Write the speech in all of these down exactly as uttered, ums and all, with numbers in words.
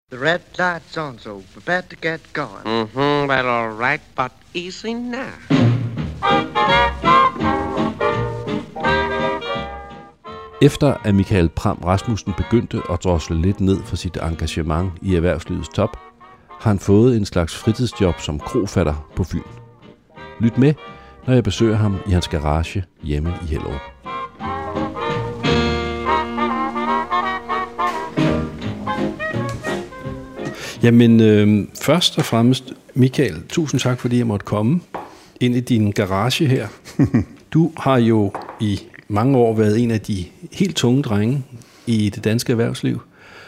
The red light's on, so prepare to get going. Mm-hmm, well, all right, but easy now. Efter at Michael Pram Rasmussen begyndte at drosle lidt ned for sit engagement i erhvervslivets top, har han fået en slags fritidsjob som krofatter på Fyn. Lyt med, når jeg besøger ham i hans garage hjemme i Hellerup. Jamen, øh, først og fremmest, Michael, tusind tak, fordi jeg måtte komme ind i din garage her. Du har jo i mange år været en af de helt tunge drenge i det danske erhvervsliv.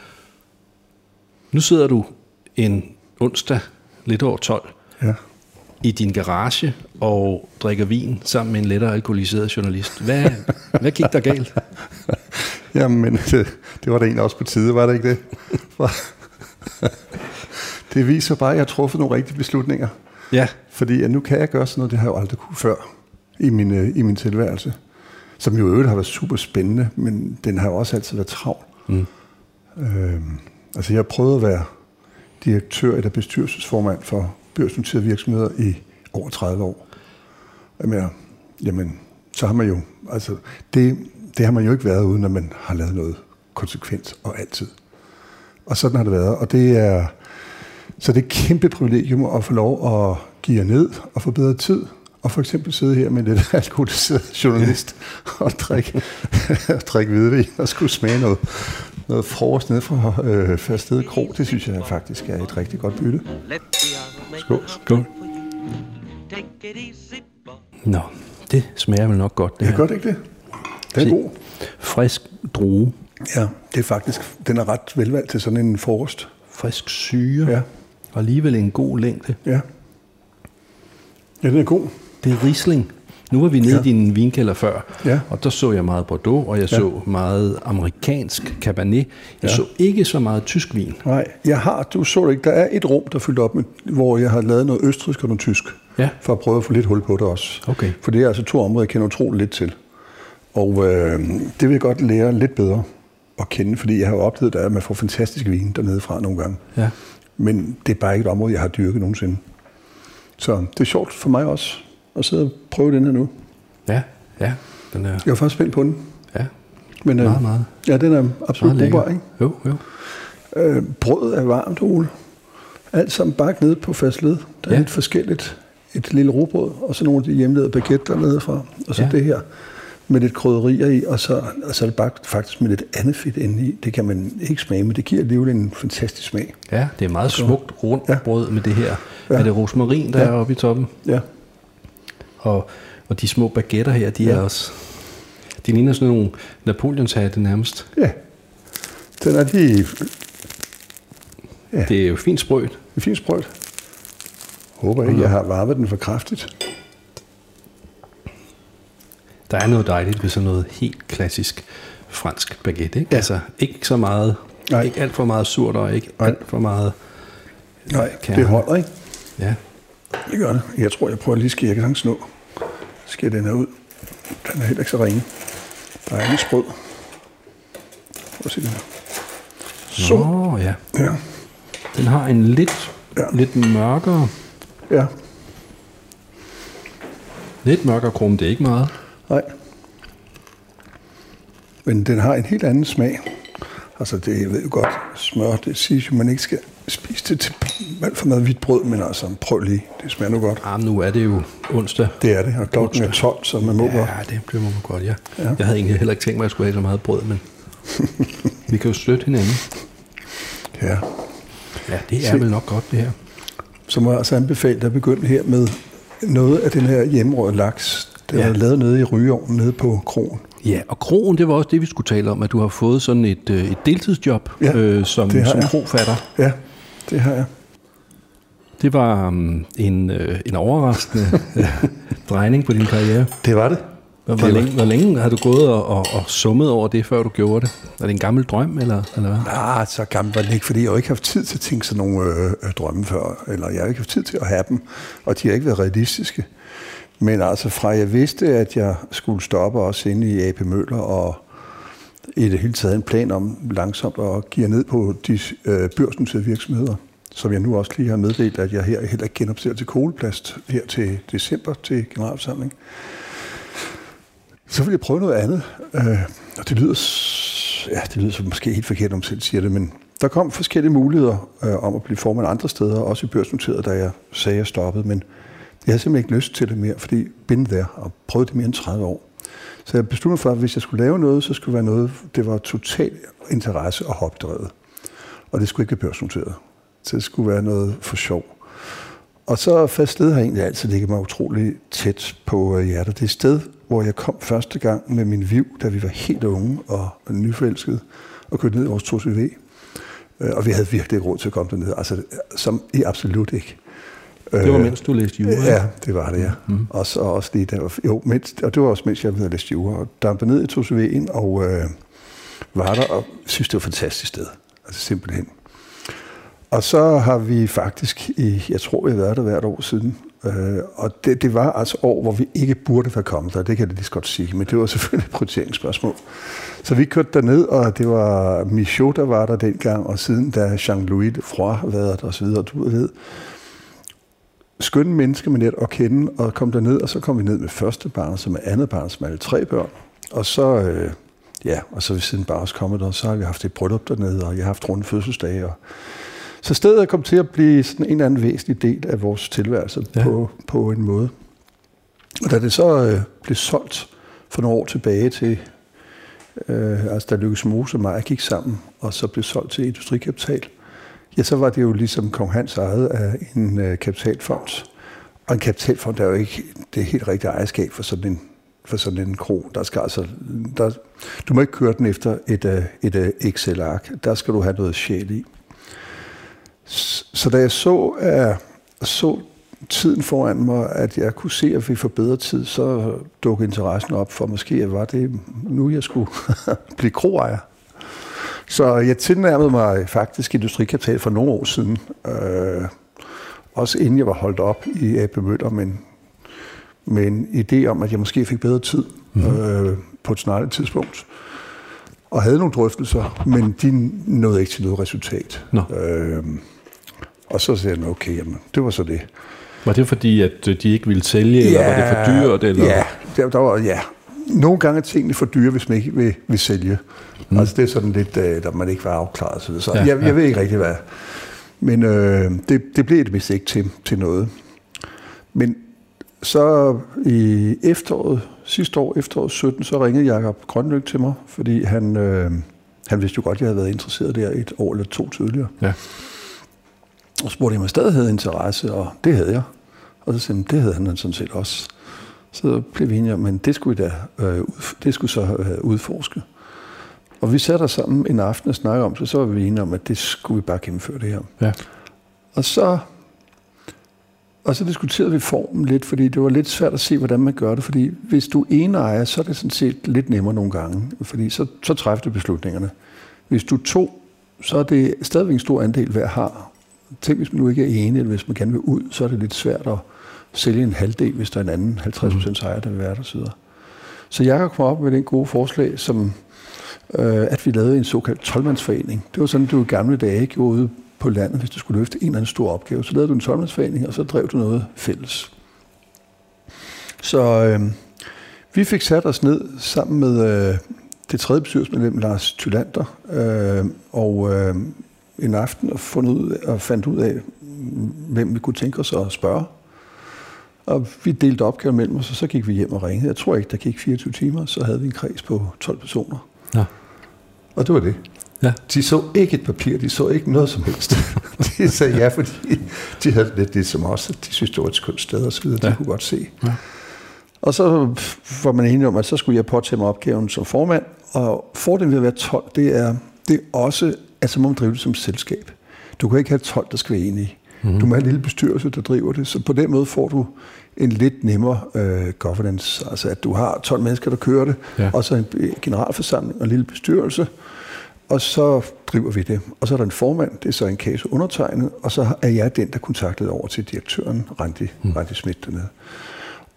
Nu sidder du en onsdag lidt over tolv ja. i din garage og drikker vin sammen med en lettere alkoholiseret journalist. Hvad, hvad gik der galt? Jamen, det, det var da egentlig også på tide, var det ikke det? For, det viser bare, at jeg har truffet nogle rigtige beslutninger. Ja. Fordi at nu kan jeg gøre sådan noget, det har jeg jo aldrig kunne før i min, i min tilværelse. Som jo i øvrigt har været super spændende, men den har jo også altid været travl. Mm. Øhm, altså jeg har prøvet at være direktør eller bestyrelsesformand for børsnoterede virksomheder i over tredive år. Jamen, jamen, så har man jo, altså det, det har man jo ikke været, uden at man har lavet noget konsekvent og altid. Og sådan har det været, og det er, så det er et kæmpe privilegium at få lov at give jer ned og få bedre tid. Og for eksempel sidde her med en lidt alkoholiseret journalist ja. og drikke, drikke hvidvin og skulle smage noget, noget frokost ned fra øh, Faststed Kro. Det synes jeg faktisk er et rigtig godt bytte. Skål. Skål. Nå, det smager vel nok godt. Det ja, her. Godt ikke det? Den er Se. god. Frisk drue. Ja, det er faktisk, den er ret velvalgt til sådan en frokost. Frisk syre. Ja. Og alligevel en god længde. Ja. Ja, den er god. Det er Riesling. Nu var vi nede ja. i din vinkælder før, ja. og der så jeg meget Bordeaux, og jeg ja. så meget amerikansk Cabernet. Jeg ja. så ikke så meget tysk vin. Nej, jeg har, du så det ikke, der er et rum, der fyldt op med, hvor jeg har lavet noget østrigsk og noget tysk, ja. for at prøve at få lidt hul på det også. Okay. For det er altså to områder, jeg kender utroligt lidt til. Og øh, det vil jeg godt lære lidt bedre at kende, fordi jeg har jo oplevet, at man får fantastisk vin dernede fra nogle gange. Ja. Men det er bare ikke et område, jeg har dyrket nogensinde. Så det er sjovt for mig også at sidde og prøve den her nu. Ja, ja. Den er... Jeg er faktisk spændt på den. Ja, Men, meget, øh, meget. Ja, den er absolut brugbar, ikke? Jo, jo. Øh, brødet er varmt, Ole. Alt sammen bagt nede på Fastled. Der er ja. lidt forskelligt. Et lille rugbrød, og så nogle af de hjemmelavede baguetter dernede fra. Og så ja. det her med lidt krydderier i, og så, og så er det bagt faktisk med lidt andet fedt inde i. Det kan man ikke smage, men det giver alligevel en fantastisk smag. Ja, det er meget smukt rundt ja. brød med det her. Ja. Er det rosmarin, der ja. er oppe i toppen? Ja. Og, og de små baguetter her, de ja. er også... De ligner sådan nogle Napoleonshatte nærmest. Ja. Den er lige... Ja. Det er jo fint sprødt. Det er fint sprødt. Håber ikke, jeg har varmet den for kraftigt. Der er noget dejligt ved sådan noget helt klassisk fransk baguette, ikke? Ja. Altså ikke så meget, Nej. ikke alt for meget surt og ikke Nej. alt for meget Nej, kerne. Det holder, ikke? Ja. Det gør det. Jeg tror, jeg prøver lige at skære. Jeg kan sagtens nå. Skære den her ud. Den er heller ikke så ringe. Der er en sprød. Prøv at se den her. Så. Nå, ja. ja. Den har en lidt, ja. lidt mørkere... Ja. Lidt mørkere krumme, det er ikke meget. Nej. Men den har en helt anden smag. Altså, det jeg ved jo godt, smør, det siges jo, man ikke skal spise det til alt for meget hvidt brød, men altså, prøv lige, det smager nu godt. Ah, nu er det jo onsdag. Det er det, og klokken er tolv, så man må ja, godt. Ja, det bliver man godt, ja. ja. Jeg havde egentlig heller ikke tænkt mig, at jeg skulle have så meget brød, men vi kan jo støtte hinanden. Ja. Ja, det er Se. vel nok godt, det her. Så må jeg altså anbefale dig at begynde her med noget af den her hjemmerøde laks. Den ja. er lavet nede i rygeovnen, nede på kroen. Ja, og kroen, det var også det, vi skulle tale om, at du har fået sådan et, et deltidsjob ja, øh, som, som krofatter. Ja, det har jeg. Det var um, en, øh, en overraskende drejning på din karriere. Det var det. Hvor, hvor, længe, hvor længe har du gået og, og, og summet over det, før du gjorde det? Er det en gammel drøm, eller, eller hvad? Nej, så gammel var det ikke, fordi jeg har ikke haft tid til at tænke sådan nogle øh, drømme før, eller jeg har ikke haft tid til at have dem, og de har ikke været realistiske. Men altså fra jeg vidste, at jeg skulle stoppe også inde i A P Møller og, i det hele taget en plan om langsomt at give ned på de øh, børsnoterede virksomheder, som jeg nu også lige har meddelt, at jeg her heller ikke genopstiller til Koloplast her til december til generalforsamling. Så vil jeg prøve noget andet, øh, og det lyder, ja, det lyder så måske helt forkert, om jeg selv siger det, men der kom forskellige muligheder øh, om at blive formand andre steder, også i børsnoteret, da jeg sagde, at jeg stoppede, men jeg havde simpelthen ikke lyst til det mere, fordi been there og prøvet det mere end tredive år. Så jeg besluttede for, at hvis jeg skulle lave noget, så skulle det være noget, det var total interesse og hobdrevet. Og det skulle ikke være børsnoteret. Så det skulle være noget for sjov. Og så fast sted har egentlig altid ligget mig utrolig tæt på hjertet. Det er et sted, hvor jeg kom første gang med min Viv, da vi var helt unge og nyforelskede, og kørte ned i vores to C V. Og vi havde virkelig ikke råd til at komme derned. Altså, som i absolut ikke. Det var mens du læste jura? Ja, det var det, ja. Mm-hmm. Og så også lige der. Jo, mens, og det var også mens jeg havde læst jura. Og der var ned i to C V'en og øh, var der, og synes det var et fantastisk sted. Altså simpelthen. Og så har vi faktisk, i, jeg tror vi har været der hvert år siden, øh, og det, det var altså år, hvor vi ikke burde være kommet der, det kan jeg lige så godt sige, men det var selvfølgelig et prioriteringsspørgsmål. Så vi kørte derned, og det var Michaud, der var der dengang, og siden da Jean-Louis Froid har været der, og så videre, du ved. Skønne mennesker med net at kende, og kom derned, og så kom vi ned med første barn, så med andet barn, som alle tre børn, og så, øh, ja, og så er vi siden bare også kommet der, og så har vi haft et bryllup dernede, og jeg har haft runde fødselsdage, og så stedet er kommet til at blive sådan en eller anden væsentlig del af vores tilværelse ja. på, på en måde. Og da det så øh, blev solgt for nogle år tilbage til, øh, altså da Lykkes Mose og mig gik sammen, og så blev solgt til Industrikapital, ja, så var det jo ligesom Kong Hans ejet af en øh, kapitalfond. Og en kapitalfond er jo ikke det helt rigtige ejerskab for sådan en, for sådan en kro. Der skal altså, der, du må ikke køre den efter et, et, et Excel-ark. Der skal du have noget sjæl i. Så da jeg så, uh, så tiden foran mig, at jeg kunne se, at vi får bedre tid, så dukkede interessen op for, måske at var det nu, jeg skulle blive kroejer. Så jeg tilnærmede mig faktisk Industrikapital for nogle år siden. Uh, også inden jeg var holdt op i A P Møller, men med en idé om, at jeg måske fik bedre tid mm-hmm. uh, på et snarligt tidspunkt. Og havde nogle drøftelser, men de nåede ikke til noget resultat. No. Øh, og så sagde jeg, okay, jamen, det var så det. Var det fordi, at de ikke ville sælge, ja, eller var det for dyrt? Eller? Ja, der, der var, ja, nogle gange er tingene for dyre, hvis man ikke vil, vil sælge. Mm. Altså det er sådan lidt, der man ikke var afklaret. Så, så ja, jeg, jeg ja. ved ikke rigtig, hvad. Men øh, det, det blev det vist ikke til, til noget. Men så i efteråret, sidste år, efteråret sytten, så ringede Jakob Grønlykke til mig, fordi han, øh, han vidste jo godt, at jeg havde været interesseret der et år eller to tidligere. Ja. Og spurgte, om jeg stadig havde interesse, og det havde jeg. Og så sagde han, det havde han sådan set også. Så blev vi enige om, men det skulle, da, øh, det skulle så øh, udforske. Og vi satte os sammen en aften og snakkede om det, så var vi enige om, at det skulle vi bare gennemføre det her. Ja. Og så... Og så diskuterede vi formen lidt, fordi det var lidt svært at se, hvordan man gør det. Fordi hvis du er eneejer, så er det sådan set lidt nemmere nogle gange, fordi så, så træffer du beslutningerne. Hvis du er to, så er det stadigvæk en stor andel, hver har. Tænk, hvis man nu ikke er ene, eller hvis man gerne vil ud, så er det lidt svært at sælge en halvdel, hvis der er en anden halvtreds procent ejer, der vil være der sidder. Så Jakob kom op med den gode forslag, som øh, at vi lavede en såkaldt tolv-mandsforening. Det var sådan, det var gamle dage gjorde ude på landet, hvis du skulle løfte en eller anden stor opgave. Så lavede du en tolv-mandsforening, og så drev du noget fælles. Så øh, vi fik sat os ned sammen med øh, det tredje bestyrelsesmedlem, Lars Thylander, øh, og øh, en aften og, fundet ud af, og fandt ud af, hvem vi kunne tænke os at spørge. Og vi delte opgaven mellem os, og så gik vi hjem og ringede. Jeg tror ikke, der gik fireogtyve timer, så havde vi en kreds på tolv personer. Ja. Og det var det. Ja. De så ikke et papir, de så ikke noget som helst. De sagde ja, fordi de havde lidt det som os, de synes, det var et skønt sted og så videre, ja. De kunne godt se. Ja. Og så var man enige om, at så skulle jeg påtage mig opgaven som formand, og fordelen ved at være tolv, det er, det er også, at så må man drive det som selskab. Du kan ikke have tolv, der skal være enige. Mm-hmm. Du må have en lille bestyrelse, der driver det, så på den måde får du en lidt nemmere øh, governance, altså at du har tolv mennesker, der kører det, ja. Og så en generalforsamling og en lille bestyrelse, og så driver vi det. Og så er der en formand, det er så en case undertegnet, og så er jeg den, der kontaktede over til direktøren, Randi, mm. Randi Schmidt dernede.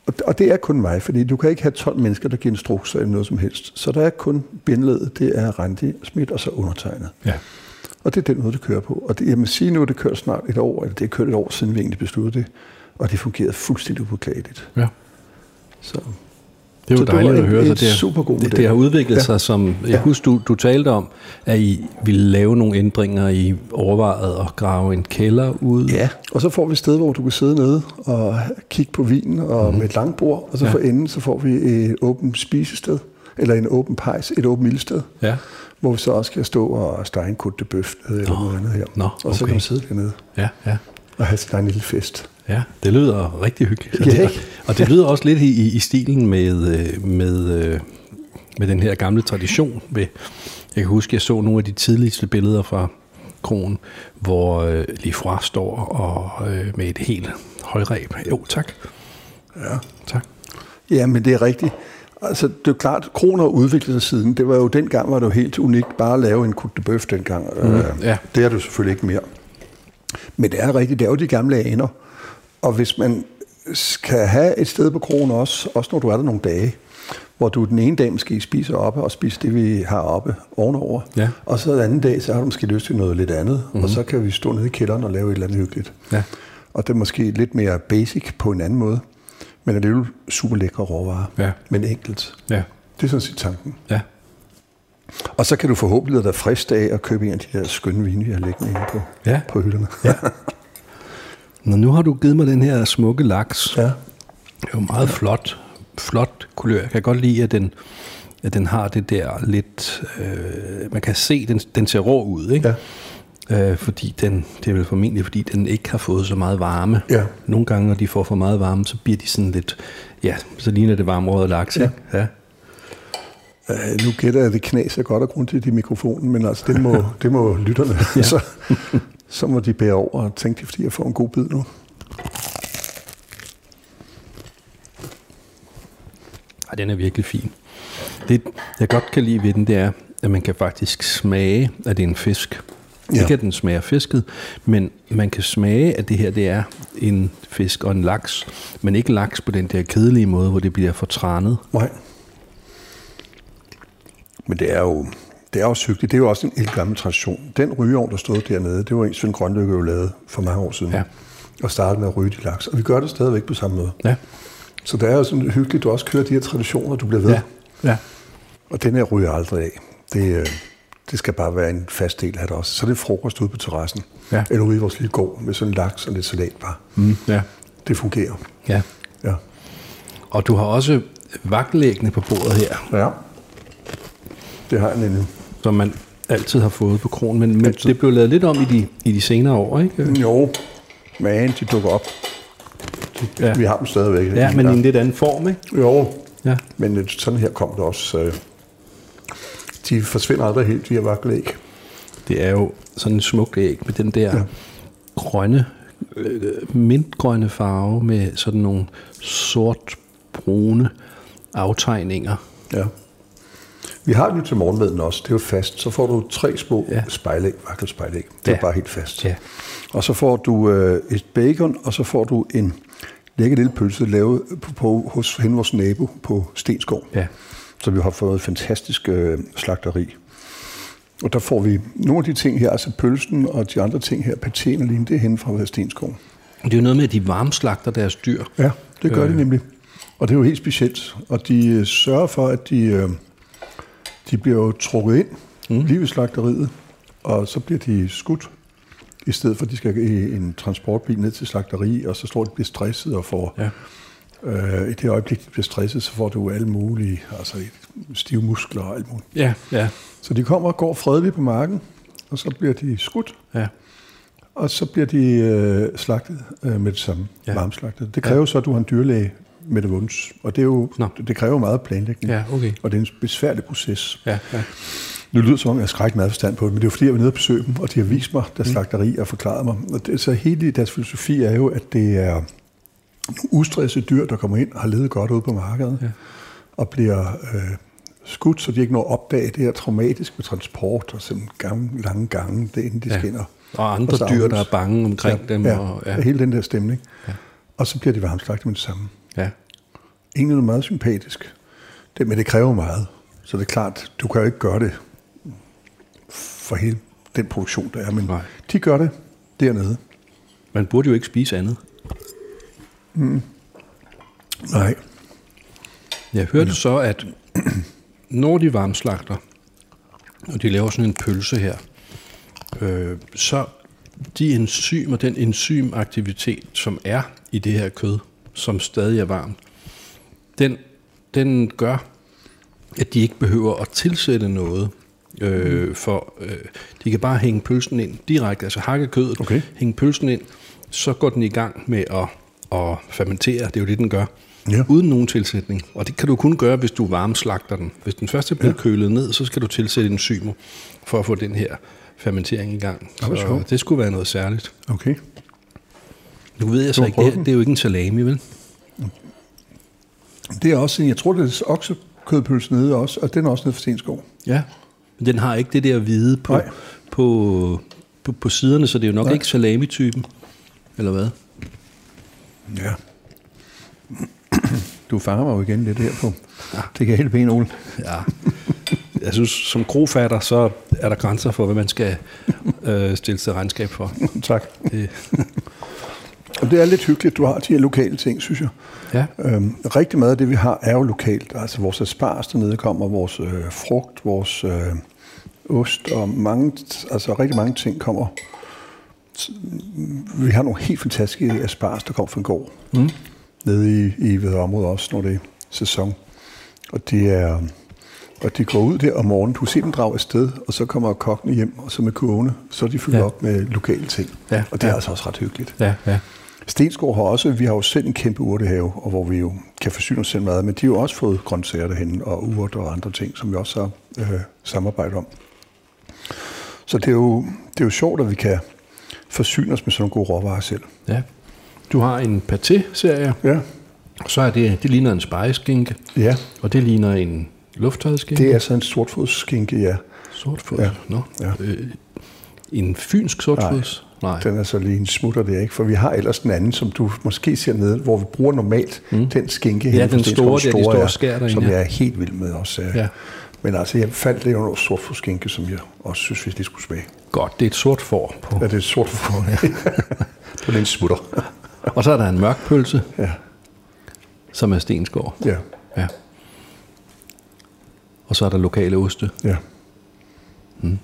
Og, og det er kun mig, fordi du kan ikke have tolv mennesker, der giver instrukser eller noget som helst. Så der er kun bindeledet, det er Randi Schmidt og så undertegnet. Ja. Og det er den måde, det kører på. Og det, jeg må sige nu, at det kører snart et år, eller det er kørt et år siden, vi egentlig besluttede det. Og det fungerede fuldstændig upåklageligt. Ja. Så... Det er jo så dejligt det at høre, et, så et det, super god det, det har udviklet ja. sig som, jeg ja. husker, du, du talte om, at I ville lave nogle ændringer, I overvejede at grave en kælder ud. Ja, og så får vi et sted, hvor du kan sidde nede og kigge på vinen og mm. med et langt bord, og så ja. for enden, så får vi et åbent spisested, eller en åben pejs, et åbent ildested, ja. hvor vi så også kan stå og stege en côte de bœuf eller Nå. noget andet her. Nå, okay. Og så kan man sidde dernede ja, ja. og have sin egen lille fest. Ja, det lyder rigtig hyggeligt. Ja, det, og det lyder også lidt i, i stilen med, med, med den her gamle tradition. Med, jeg kan huske, jeg så nogle af de tidligste billeder fra kroen, hvor øh, Lifroy står og, øh, med et helt højreb. Jo, tak. Ja, tak. Ja, men det er rigtigt. Altså, det er klart, kronen har udviklet sig siden. Det var jo dengang, var det jo helt unikt bare at lave en côte de bœuf dengang. Mm, ja. Det er det jo selvfølgelig ikke mere. Men det er rigtigt, det er jo de gamle aner. Og hvis man skal have et sted på kronen også, også når du er der nogle dage, hvor du den ene dag måske spiser oppe, og spiser det, vi har oppe ovenover. Ja. Og så den anden dag, så har du måske lyst til noget lidt andet. Mm-hmm. Og så kan vi stå nede i kælderen og lave et eller andet hyggeligt. Ja. Og det er måske lidt mere basic på en anden måde. Men det er jo super lækre råvarer. Ja. Men enkelt. Ja. Det er sådan set tanken. Ja. Og så kan du forhåbentlig lade dig frisk af og købe en af de her skønne vine, vi har liggende inde på, ja. på hylderne. Ja. Nå, nu har du givet mig den her smukke laks. Ja. Det er jo meget flot, flot kulør. Jeg kan godt lide, at den, at den har det der lidt... Øh, man kan se, den, den ser rå ud, ikke? Ja. Øh, fordi den, det er vel formentlig, fordi den ikke har fået så meget varme. Ja. Nogle gange, når de får for meget varme, så bliver de sådan lidt... Ja, så ligner det varmrøget laks, ja. ja. Uh, nu gætter jeg, at det knaser godt og grundigt i mikrofonen, men altså, det må, det må lytterne. Ja. så, så må de bære over og tænke, fordi jeg får en god bid nu. Ej, den er virkelig fin. Det, jeg godt kan lide ved den, det er, at man kan faktisk smage, at det er en fisk. Ja. Ikke at den smager fisket, men man kan smage, at det her det er en fisk og en laks, men ikke laks på den der kedelige måde, hvor det bliver fortrænet. Nej. Men det er jo, det er jo hyggeligt. Det er jo også en helt gammel tradition. Den rygeovn, der stod dernede, det var en Svend Grønlykke jo lavet for mange år siden. Ja. Og startede med at ryge de laks. Og vi gør det stadigvæk på samme måde. Ja. Så det er jo sådan hyggeligt, at du også kører de her traditioner, du bliver ved. Ja. Ja. Og den her ryger aldrig af. Det, det skal bare være en fast del af det også. Så det er frokost ude på terrassen. Ja. Eller ude i vores lille gård med sådan en laks og lidt salat bare. Mm. Ja. Det fungerer. Ja. Ja. Og du har også vagtelæggene på bordet her. Ja. Det har jeg nemlig. Som man altid har fået på kronen, men, men det blev lavet lidt om i de, i de senere år, ikke? Jo, men de dukker op. De, ja. Vi har dem stadigvæk. Ja, men i en lidt anden form, ikke? Jo, ja. Men sådan her kom det også. Øh, de forsvinder aldrig helt, de her vagtelæg. Det er jo sådan en smuk æg med den der ja. grønne, øh, mintgrønne farve med sådan nogle sort-brune aftegninger. Ja. Vi har det jo til morgenmaden også, det er jo fast. Så får du tre små ja. spejlæg, vakkelspejlæg. Det ja. er bare helt fast. Ja. Og så får du øh, et bacon, og så får du en lækker lille pølse lavet på, på, hos hende vores nabo på Stenskov. Ja. Så vi har fået et fantastisk øh, slagteri. Og der får vi nogle af de ting her, altså pølsen og de andre ting her, patéen og lignende, det er henne fra Stenskov. Det er jo noget med, at de varmslagter deres dyr. Ja, det gør øh. de nemlig. Og det er jo helt specielt. Og de øh, sørger for, at de... Øh, De bliver jo trukket ind mm. lige ved slagteriet, og så bliver de skudt, i stedet for at de skal i en transportbil ned til slagteri, og så står de bliver stresset og får... Ja. Øh, I det øjeblik, de bliver stresset, så får du alle mulige, altså stive muskler og alt muligt. Ja, ja. Så de kommer og går fredeligt på marken, og så bliver de skudt, ja. og så bliver de øh, slagtet øh, med det samme, ja. varmslagtet. Det kræver ja. så, at du har en dyrlæge med det vunds. Og det, er jo, det kræver meget planlægning. Ja, okay. Og det er en besværlig proces. Ja, ja. Nu lyder det som om, jeg har skrækket meget forstand på det, men det er jo fordi, jeg var nede og besøge dem, og de har vist mig deres slagteri og forklaret mig. Og det, så hele deres filosofi er jo, at det er nogle ustressede dyr, der kommer ind og har levet godt ude på markedet, ja. og bliver øh, skudt, så de ikke når at opdage det her traumatiske med transport og sådan gange, lange gange, det inden de ja. skinner. Og andre og dyr, der er bange omkring ja, dem. Ja, og, ja. hele den der stemning. Ja. Og så bliver de varmslagtet med det samme. Ja. egentlig meget sympatisk. Det, men det kræver meget. Så det er klart, du kan jo ikke gøre det for hele den produktion, der er. Men Nej. de gør det dernede. Man burde jo ikke spise andet. Mm. Nej. Jeg hørte mm. så, at når de varmslagter, og de laver sådan en pølse her, øh, så de enzymer, den enzymaktivitet, som er i det her kød, som stadig er varmt, den, den gør, at de ikke behøver at tilsætte noget, øh, mm. for øh, de kan bare hænge pølsen ind direkte, altså hakke kødet, okay. hænge pølsen ind, så går den i gang med at, at fermentere, det er jo det, den gør, ja. uden nogen tilsætning. Og det kan du kun gøre, hvis du varmeslagter den. Hvis den først er blevet ja. kølet ned, så skal du tilsætte enzymer for at få den her fermentering i gang. Så så det skulle være noget særligt. Okay. Nu ved jeg så ikke, det, det er jo ikke en salami, vel? Det er også, jeg tror, det er oksekødpølse nede også, og den er også nede for Stenskov. Ja, men den har ikke det der hvide på, på, på, på siderne, så det er jo nok Nej. ikke salami-typen, eller hvad? Ja. Du fanger mig jo igen lidt her på. Ja. Det kan helt pænt, Ole. Ja. Jeg synes, som krofatter, så er der grænser for, hvad man skal øh, stille sig regnskab for. Tak. Det. Og det er lidt hyggeligt, du har de her lokale ting, synes jeg. Ja. Øhm, rigtig meget af det, vi har, er jo lokalt. Altså vores asparges dernede kommer, vores øh, frugt, vores øh, ost og mange, altså rigtig mange ting kommer. Vi har nogle helt fantastiske asparges, der kommer fra en gård. Mm. Nede i, i ved området også, når det er sæson. Og det er... Og de går ud der om morgenen, du ser dem drage afsted, og så kommer kokkene hjem, og så med kurvene, så er de fyldt ja. op med lokale ting. Ja, og det er ja. altså også ret hyggeligt. Ja, ja. Stenskov har også, vi har jo selv en kæmpe urtehave, og hvor vi jo kan forsyne os selv meget, men de har jo også fået grøntsager derhen, og urter og andre ting, som vi også har øh, samarbejdet om. Så det er, jo, det er jo sjovt, at vi kan forsyne os med sådan nogle gode råvarer selv. Ja. Du har en paté-serie. Ja. Så er det, det ligner en spejskinke. Ja. Og det ligner en lufttøjskinke. Det er så en sortfodsskinke, ja. Sortfods? Ja. Nå. Ja. Øh, en fynsk sortfods? Nej. Nej, den er så lige en smutter der, ikke? For vi har ellers den anden, som du måske ser nede, hvor vi bruger normalt mm. den skinke. Ja, den store, store, der, de store skær derinde. Som jeg er helt vild med også. Ja. Men altså, jeg faldt lidt under sortfodsskinke, som jeg også synes, hvis det skulle smage. Godt, det er et sort får på. Ja, det er et sort får, ja. Det er en smutter. Og så er der en mørk pølse, ja. som er Stenskov. Ja. Ja. Og så er der lokale oste. Ja. Mm.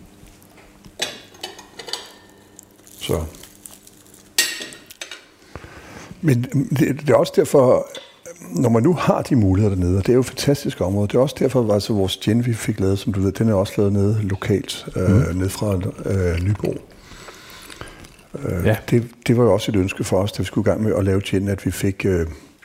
Så. Men det, det er også derfor, når man nu har de muligheder dernede, og det er jo et fantastisk område, det er også derfor, at altså, vores gin, vi fik lavet, som du ved, den er også lavet nede lokalt, mm. øh, nede fra øh, Nyborg. Øh, ja. det, det var jo også et ønske for os, da vi skulle i gang med at lave gin, at vi fik øh,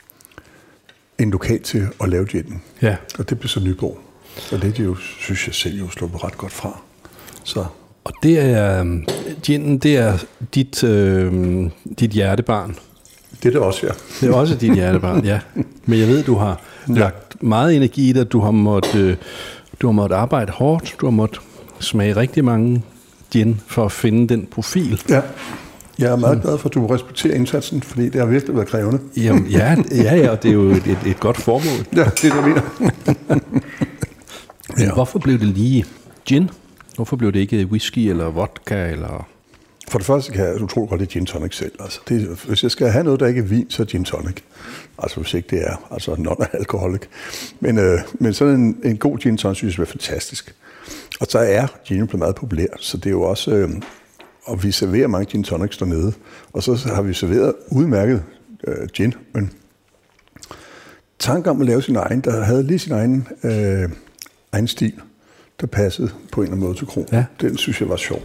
en lokal til at lave ginen. Ja. Og det blev så Nyborg. Og det er jo, synes jeg selv, jo sluppet ret godt fra. Så. Og det er, ginen, det er dit, øh, dit hjertebarn. Det er det også, ja. Det er også dit hjertebarn, ja. Men jeg ved, du har ja. lagt meget energi i det, du har måttet, øh, du har måttet arbejde hårdt, du har måttet smage rigtig mange gin for at finde den profil. Ja. Jeg er meget glad for, at du respekterer indsatsen, fordi det har virkelig været krævende. Jamen, ja, ja, ja, og det er jo et, et, et godt formål. Ja, det er det, jeg mener. Men ja. Hvorfor blev det lige gin? Hvorfor blev det ikke whisky eller vodka? Eller? For det første kan jeg utroligt godt lide gin tonic selv. Altså, det, hvis jeg skal have noget, der ikke er vin, så er gin tonic. Altså hvis ikke det er altså non-alcoholic. Men, øh, men sådan en, en god gin tonic synes jeg er fantastisk. Og så er gin blevet meget populær, så det er jo også... Øh, og vi serverer mange gin tonics dernede. Og så har vi serveret udmærket øh, gin, men tanken om at lave sin egen, der havde lige sin egen, øh, egen stil, der passede på en eller anden måde til kronen. Ja. Den synes jeg var sjov.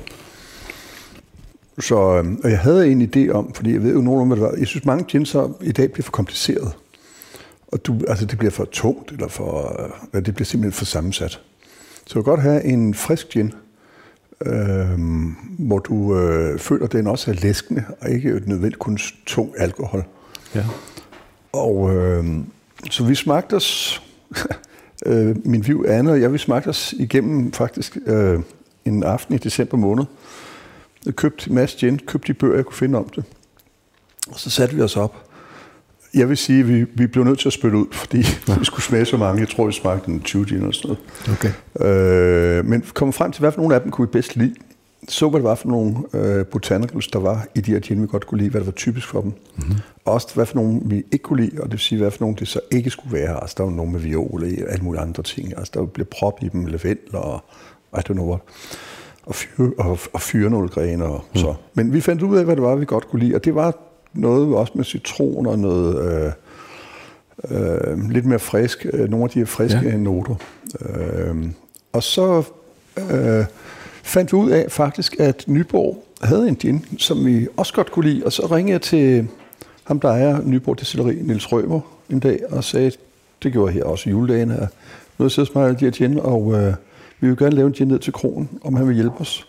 Så, øh, og jeg havde en idé om, fordi jeg ved jo nogen om, hvad det var. Jeg synes, mange ginser i dag bliver for kompliceret. Og du, altså, det bliver for tungt, eller for, øh, det bliver simpelthen for sammensat. Så jeg vil godt have en frisk gin, øh, hvor du øh, føler, at den også er læskende, og ikke nødvendigt kun tung alkohol. Ja. Og øh, så vi smagte os, øh, min viv Anne og jeg, vi smagte os igennem faktisk øh, en aften i december måned. Jeg købte en masse gin, købte de bøger, jeg kunne finde om det. Og så satte vi os op Jeg vil sige, at vi, vi blev nødt til at spytte ud, fordi ja. vi skulle smage så mange. Jeg tror, vi smagte en tyve gin eller sådan noget. Okay. Øh, men kom frem til, hvad for nogle af dem kunne vi bedst lide. Så hvad det var for nogle øh, botanicals, der var i de her gin, vi godt kunne lide, hvad der var typisk for dem. Mm-hmm. Også hvad for nogle, vi ikke kunne lide, og det vil sige, hvad for nogle det så ikke skulle være. Altså, der var nogle med viol og alle mulige andre ting. Altså, der blev prop i dem, lavendel og I don't know what. Og, fyre, og, og fyrenålgrene og mm. så. Men vi fandt ud af, hvad det var, vi godt kunne lide, og det var noget også med citron og noget øh, øh, lidt mere frisk, øh, nogle af de her friske ja. noter. Øh, og så øh, fandt vi ud af faktisk, at Nyborg havde en gin, som vi også godt kunne lide, og så ringede jeg til ham, der ejer Nyborg Destilleri, Niels Rømer, en dag, og sagde, det gjorde jeg her også i juledagen her, noget til at smage de her gin, og øh, vi vil gerne lave en gin ned til kronen, om han vil hjælpe os.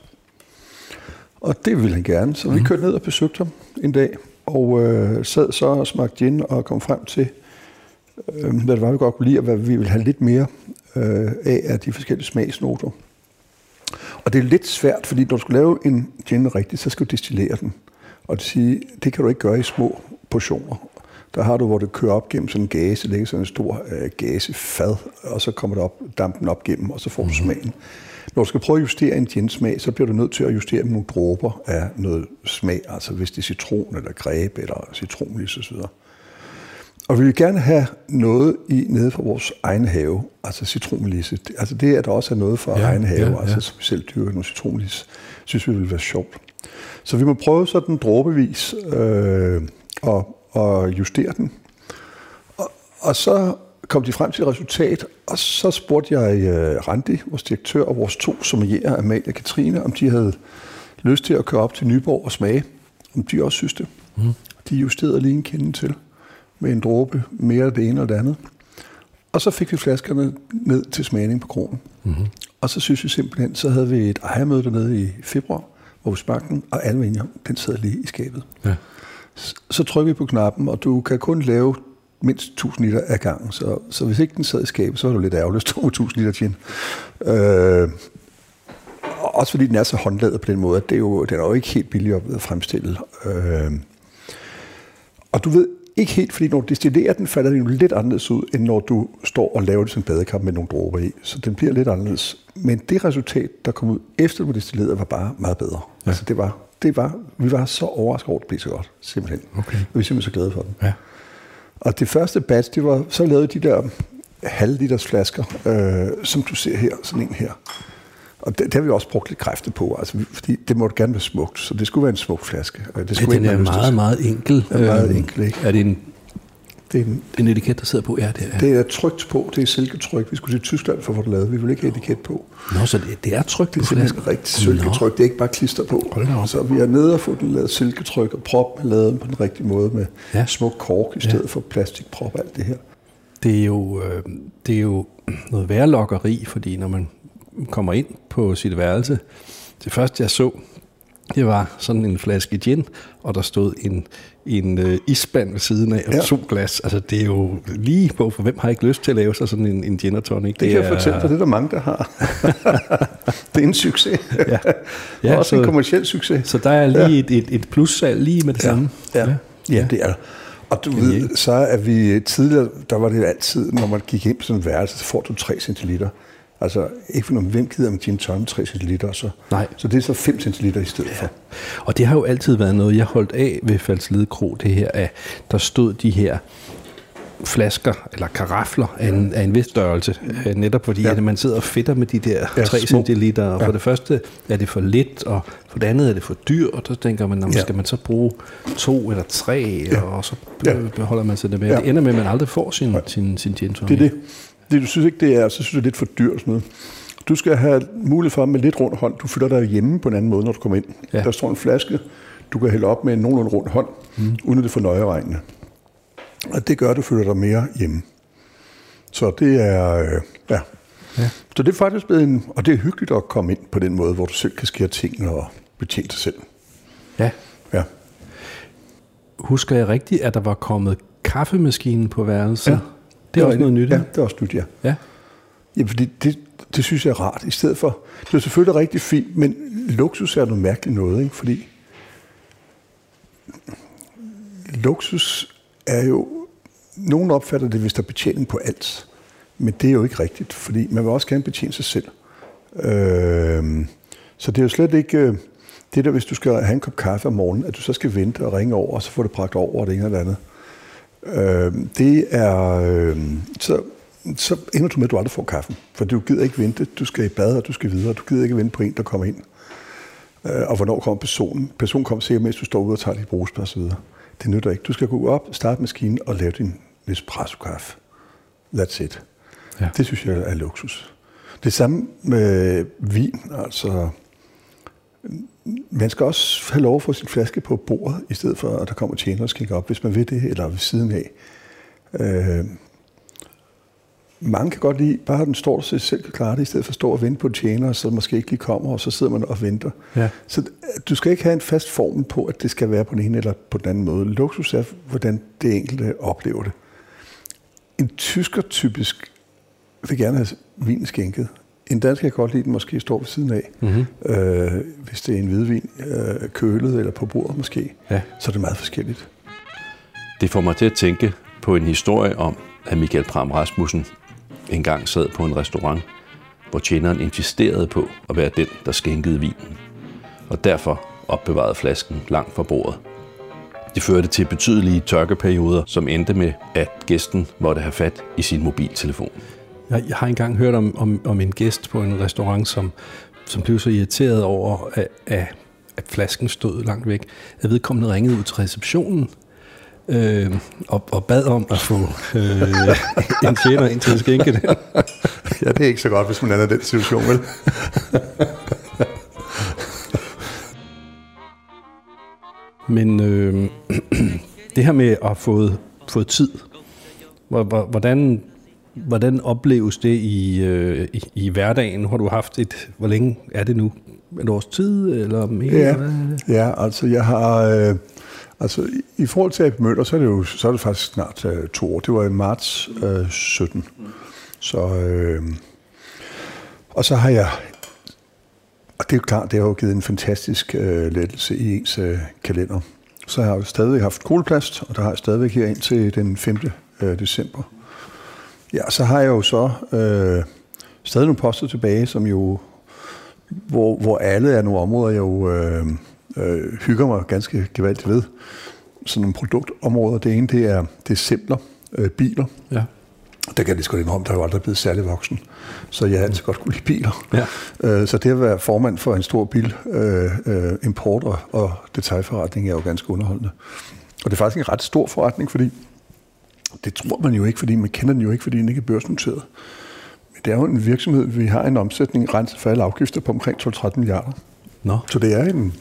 Og det ville han gerne, så mm. vi kørte ned og besøgte ham en dag, og øh, sad så og smagte gin og kom frem til, øh, hvad det var, vi godt kunne lide, og hvad vi ville have lidt mere øh, af, af de forskellige smagsnoter. Og det er lidt svært, fordi når du skal lave en gin rigtigt, så skal du destillere den. Og det, sige, det kan du ikke gøre i små portioner. Der har du, hvor det kører op gennem sådan en gase, lægger sådan en stor øh, gasefad, og så kommer det op, dampen op gennem, og så får du mm-hmm. smagen. Når du skal prøve at justere en gin-smag, så bliver du nødt til at justere med nogle dråber af noget smag, altså hvis det er citron eller grebe eller citronlis osv. Og vi vil gerne have noget i nede fra vores egen have, altså citronmelisse. Altså det, at der også er noget fra ja, egen have, ja, ja. altså specielt dyrke nogle citronlis, synes vi vil være sjovt. Så vi må prøve sådan dråbevis øh, og, og justere den. Og, og så kom de frem til et resultat, og så spurgte jeg uh, Randi, vores direktør, og vores to sommelierer, Amalie og Katrine, om de havde lyst til at køre op til Nyborg og smage, om de også synes det. Mm. De justerede lige en kende til, med en dråbe, mere af det ene og det andet. Og så fik vi flaskerne ned til smagning på kronen. Mm-hmm. Og så synes vi simpelthen, så havde vi et ejermøde dernede i februar, hvor vi smagte den, og alle var enige om, den sad lige i skabet. Ja. Så, så trykker vi på knappen, og du kan kun lave mindst tusind liter af gangen. Så, så hvis ikke den sad i skabet, så var det lidt ærgerligt, to tusind liter gin. Øh, også fordi den er så håndladet på den måde, at det er jo, den er jo ikke helt billig at fremstille. Øh, og du ved ikke helt, fordi når du destillerer den, falder den jo lidt anderledes ud, end når du står og laver det som en badekar med nogle dråber i. Så den bliver lidt anderledes. Men det resultat, der kom ud efter du destillerede, var bare meget bedre. Ja. Altså det var, det var, vi var så overrasket over, at det blev så godt, simpelthen. Okay. Og vi er simpelthen så glade for den. Ja. Og det første batch, det var, så lavede de der halvliters flasker, øh, som du ser her, sådan en her. Og det, det har vi også brugt lidt kræfter på, altså, fordi det måtte gerne være smukt, så det skulle være en smuk flaske. Det skulle ja, den er meget, meget enkel. Er meget øh, enkel, ikke? Er det en, det er en, en etiket, der sidder på? Ja, det er. Det er trykt på, det er silketryk. Vi skulle til Tyskland for at få det lavet. Vi vil ikke have etiket på. Nå, så det, det er trykt på flasken? Det er rigtig silketryk, det er ikke bare klister på. Så vi er nede og få den lavet silketryk og prop med lavet på den rigtige måde med ja. smuk kork i stedet ja. for plastikprop og alt det her. Det er jo, øh, det er jo noget værlokkeri, fordi når man kommer ind på sit værelse, det første jeg så, det var sådan en flaske gin, og der stod en, en uh, isspand ved siden af, og ja. to glas. Altså det er jo lige på, for hvem har ikke lyst til at lave sig sådan en, en gin og tonic? Det, det kan jeg fortælle dig, det er der mange, der har. Det er en succes. Ja. Ja, også så, en kommerciel succes. Så der er lige ja. et, et, et plussalg lige med det ja. samme. Ja. Ja. ja, det er der. Og du ved, så er vi tidligere, der var det altid, når man gik ind på sådan en værelse, så får du tre centiliter. Altså ikke for nogen, hvem gider med gin tonic tre centiliter, så, Nej. så det er så fem centiliter i stedet ja. for. Og det har jo altid været noget, jeg holdt af ved Falslede Kro, det her, at der stod de her flasker eller karafler af en, af en vis størrelse, netop fordi ja. at man sidder og fedter med de der ja, tre centiliter, og ja. for det første er det for lidt, og for det andet er det for dyr, og så tænker man, ja. skal man så bruge to eller tre, ja. og så beholder man sig det med. Ja. Det ender med, at man aldrig får sin, sin, sin gin tonic. Det er det. Det du synes ikke, det er, så synes du det er lidt for dyrt sådan noget. Du skal have mulighed for med lidt rund hånd. Du fylder dig hjemme på en anden måde, når du kommer ind. Ja. Der står en flaske, du kan hælde op med en nogenlunde rund hånd, mm. uden at det får nøjeregnende. Og det gør, at du føler dig mere hjemme. Så det er, øh, ja. ja. Så det er faktisk blevet en, og det er hyggeligt at komme ind på den måde, hvor du selv kan skære tingene og betjene dig selv. Ja. Ja. Husker jeg rigtigt, at der var kommet kaffemaskinen på værelset? Ja. Det er også noget nyt, ja. det er også nyt, ja. ja. Ja, fordi det, det synes jeg er rart. I stedet for, det er selvfølgelig rigtig fint, men luksus er noget mærkeligt noget, ikke? Fordi luksus er jo nogen opfatter det, hvis der er betjening på alt. Men det er jo ikke rigtigt, fordi man vil også gerne betjene sig selv. Øh, så det er jo slet ikke det der, hvis du skal have en kop kaffe om morgenen, at du så skal vente og ringe over, og så får det bragt over det ene eller andet. Øh, det er... Øh, så, så ender du med, at du aldrig får kaffen. For du gider ikke vente. Du skal i bad, og du skal videre. Du gider ikke vente på en, der kommer ind. Øh, og hvornår kommer personen? Personen kommer sikkert, mens du står ude og tager dit brugsbær og så videre. Det nytter ikke. Du skal gå op, starte maskinen og lave din espresso-kaffe. That's it. Ja. Det synes jeg er luksus. Det samme med vin. Altså, man skal også have lov at få sin flaske på bordet, i stedet for, at der kommer tjener og skænker op, hvis man vil det, eller ved siden af. Øh, mange kan godt lide, bare den står der sig selv kan klare det, i stedet for at stå og vente på en tjener, og så måske ikke lige kommer, og så sidder man og venter. Ja. Så du skal ikke have en fast formel på, at det skal være på den ene eller på den anden måde. Luksus er, hvordan det enkelte oplever det. En tysker typisk vil gerne have vin skænket. En dansker kan godt lide den måske står ved siden af. Mm-hmm. Øh, hvis det er en hvidvin, øh, kølet eller på bordet måske, ja. Så er det meget forskelligt. Det får mig til at tænke på en historie om, at Michael Pram Rasmussen engang sad på en restaurant, hvor tjeneren insisterede på at være den, der skænkede vinen, og derfor opbevarede flasken langt fra bordet. Det førte til betydelige tørkeperioder, som endte med, at gæsten måtte have fat i sin mobiltelefon. Jeg har engang hørt om, om, om en gæst på en restaurant, som, som blev så irriteret over, at, at, at flasken stod langt væk. Jeg vedkommende ringede ud til receptionen øh, og, og bad om at få øh, en tjener ind til at skænke den. Ja, det er ikke så godt, hvis man er i den situation, vel? Men øh, det her med at få fået tid, hvordan... Hvordan opleves det i, øh, i, i hverdagen? Har du haft et, hvor længe er det nu? Et års tid eller mere? Ja, ja altså jeg har, øh, altså i forhold til A P Møller, så er det jo så er det faktisk snart øh, to år. Det var i marts øh, sytten. Så, øh, og så har jeg, og det er jo klart, det har jo givet en fantastisk øh, lettelse i ens øh, kalender. Så har jeg jo stadig haft kugleplast, og der har jeg stadigvæk her indtil den femte Øh, december. Ja, så har jeg jo så øh, stadig nogle poster tilbage, som jo, hvor, hvor alle er nogle områder, jeg jo øh, øh, hygger mig ganske gevaldigt ved. Sådan nogle produktområder. Det ene, det er, det er simpler, øh, biler. Ja. Der kan jeg lige så godt indrømme, der er jo aldrig blevet særlig voksen. Så jeg har altid godt kunne lide biler. Ja. Øh, så det at være formand for en stor bil, øh, øh, import og, og detailforretning er jo ganske underholdende. Og det er faktisk en ret stor forretning, fordi det tror man jo ikke, fordi man kender den jo ikke, fordi den ikke er børsnoteret. Men det er jo en virksomhed, vi har en omsætning renset for alle afgifter på omkring tolv til tretten milliarder. Nå. Så det er en...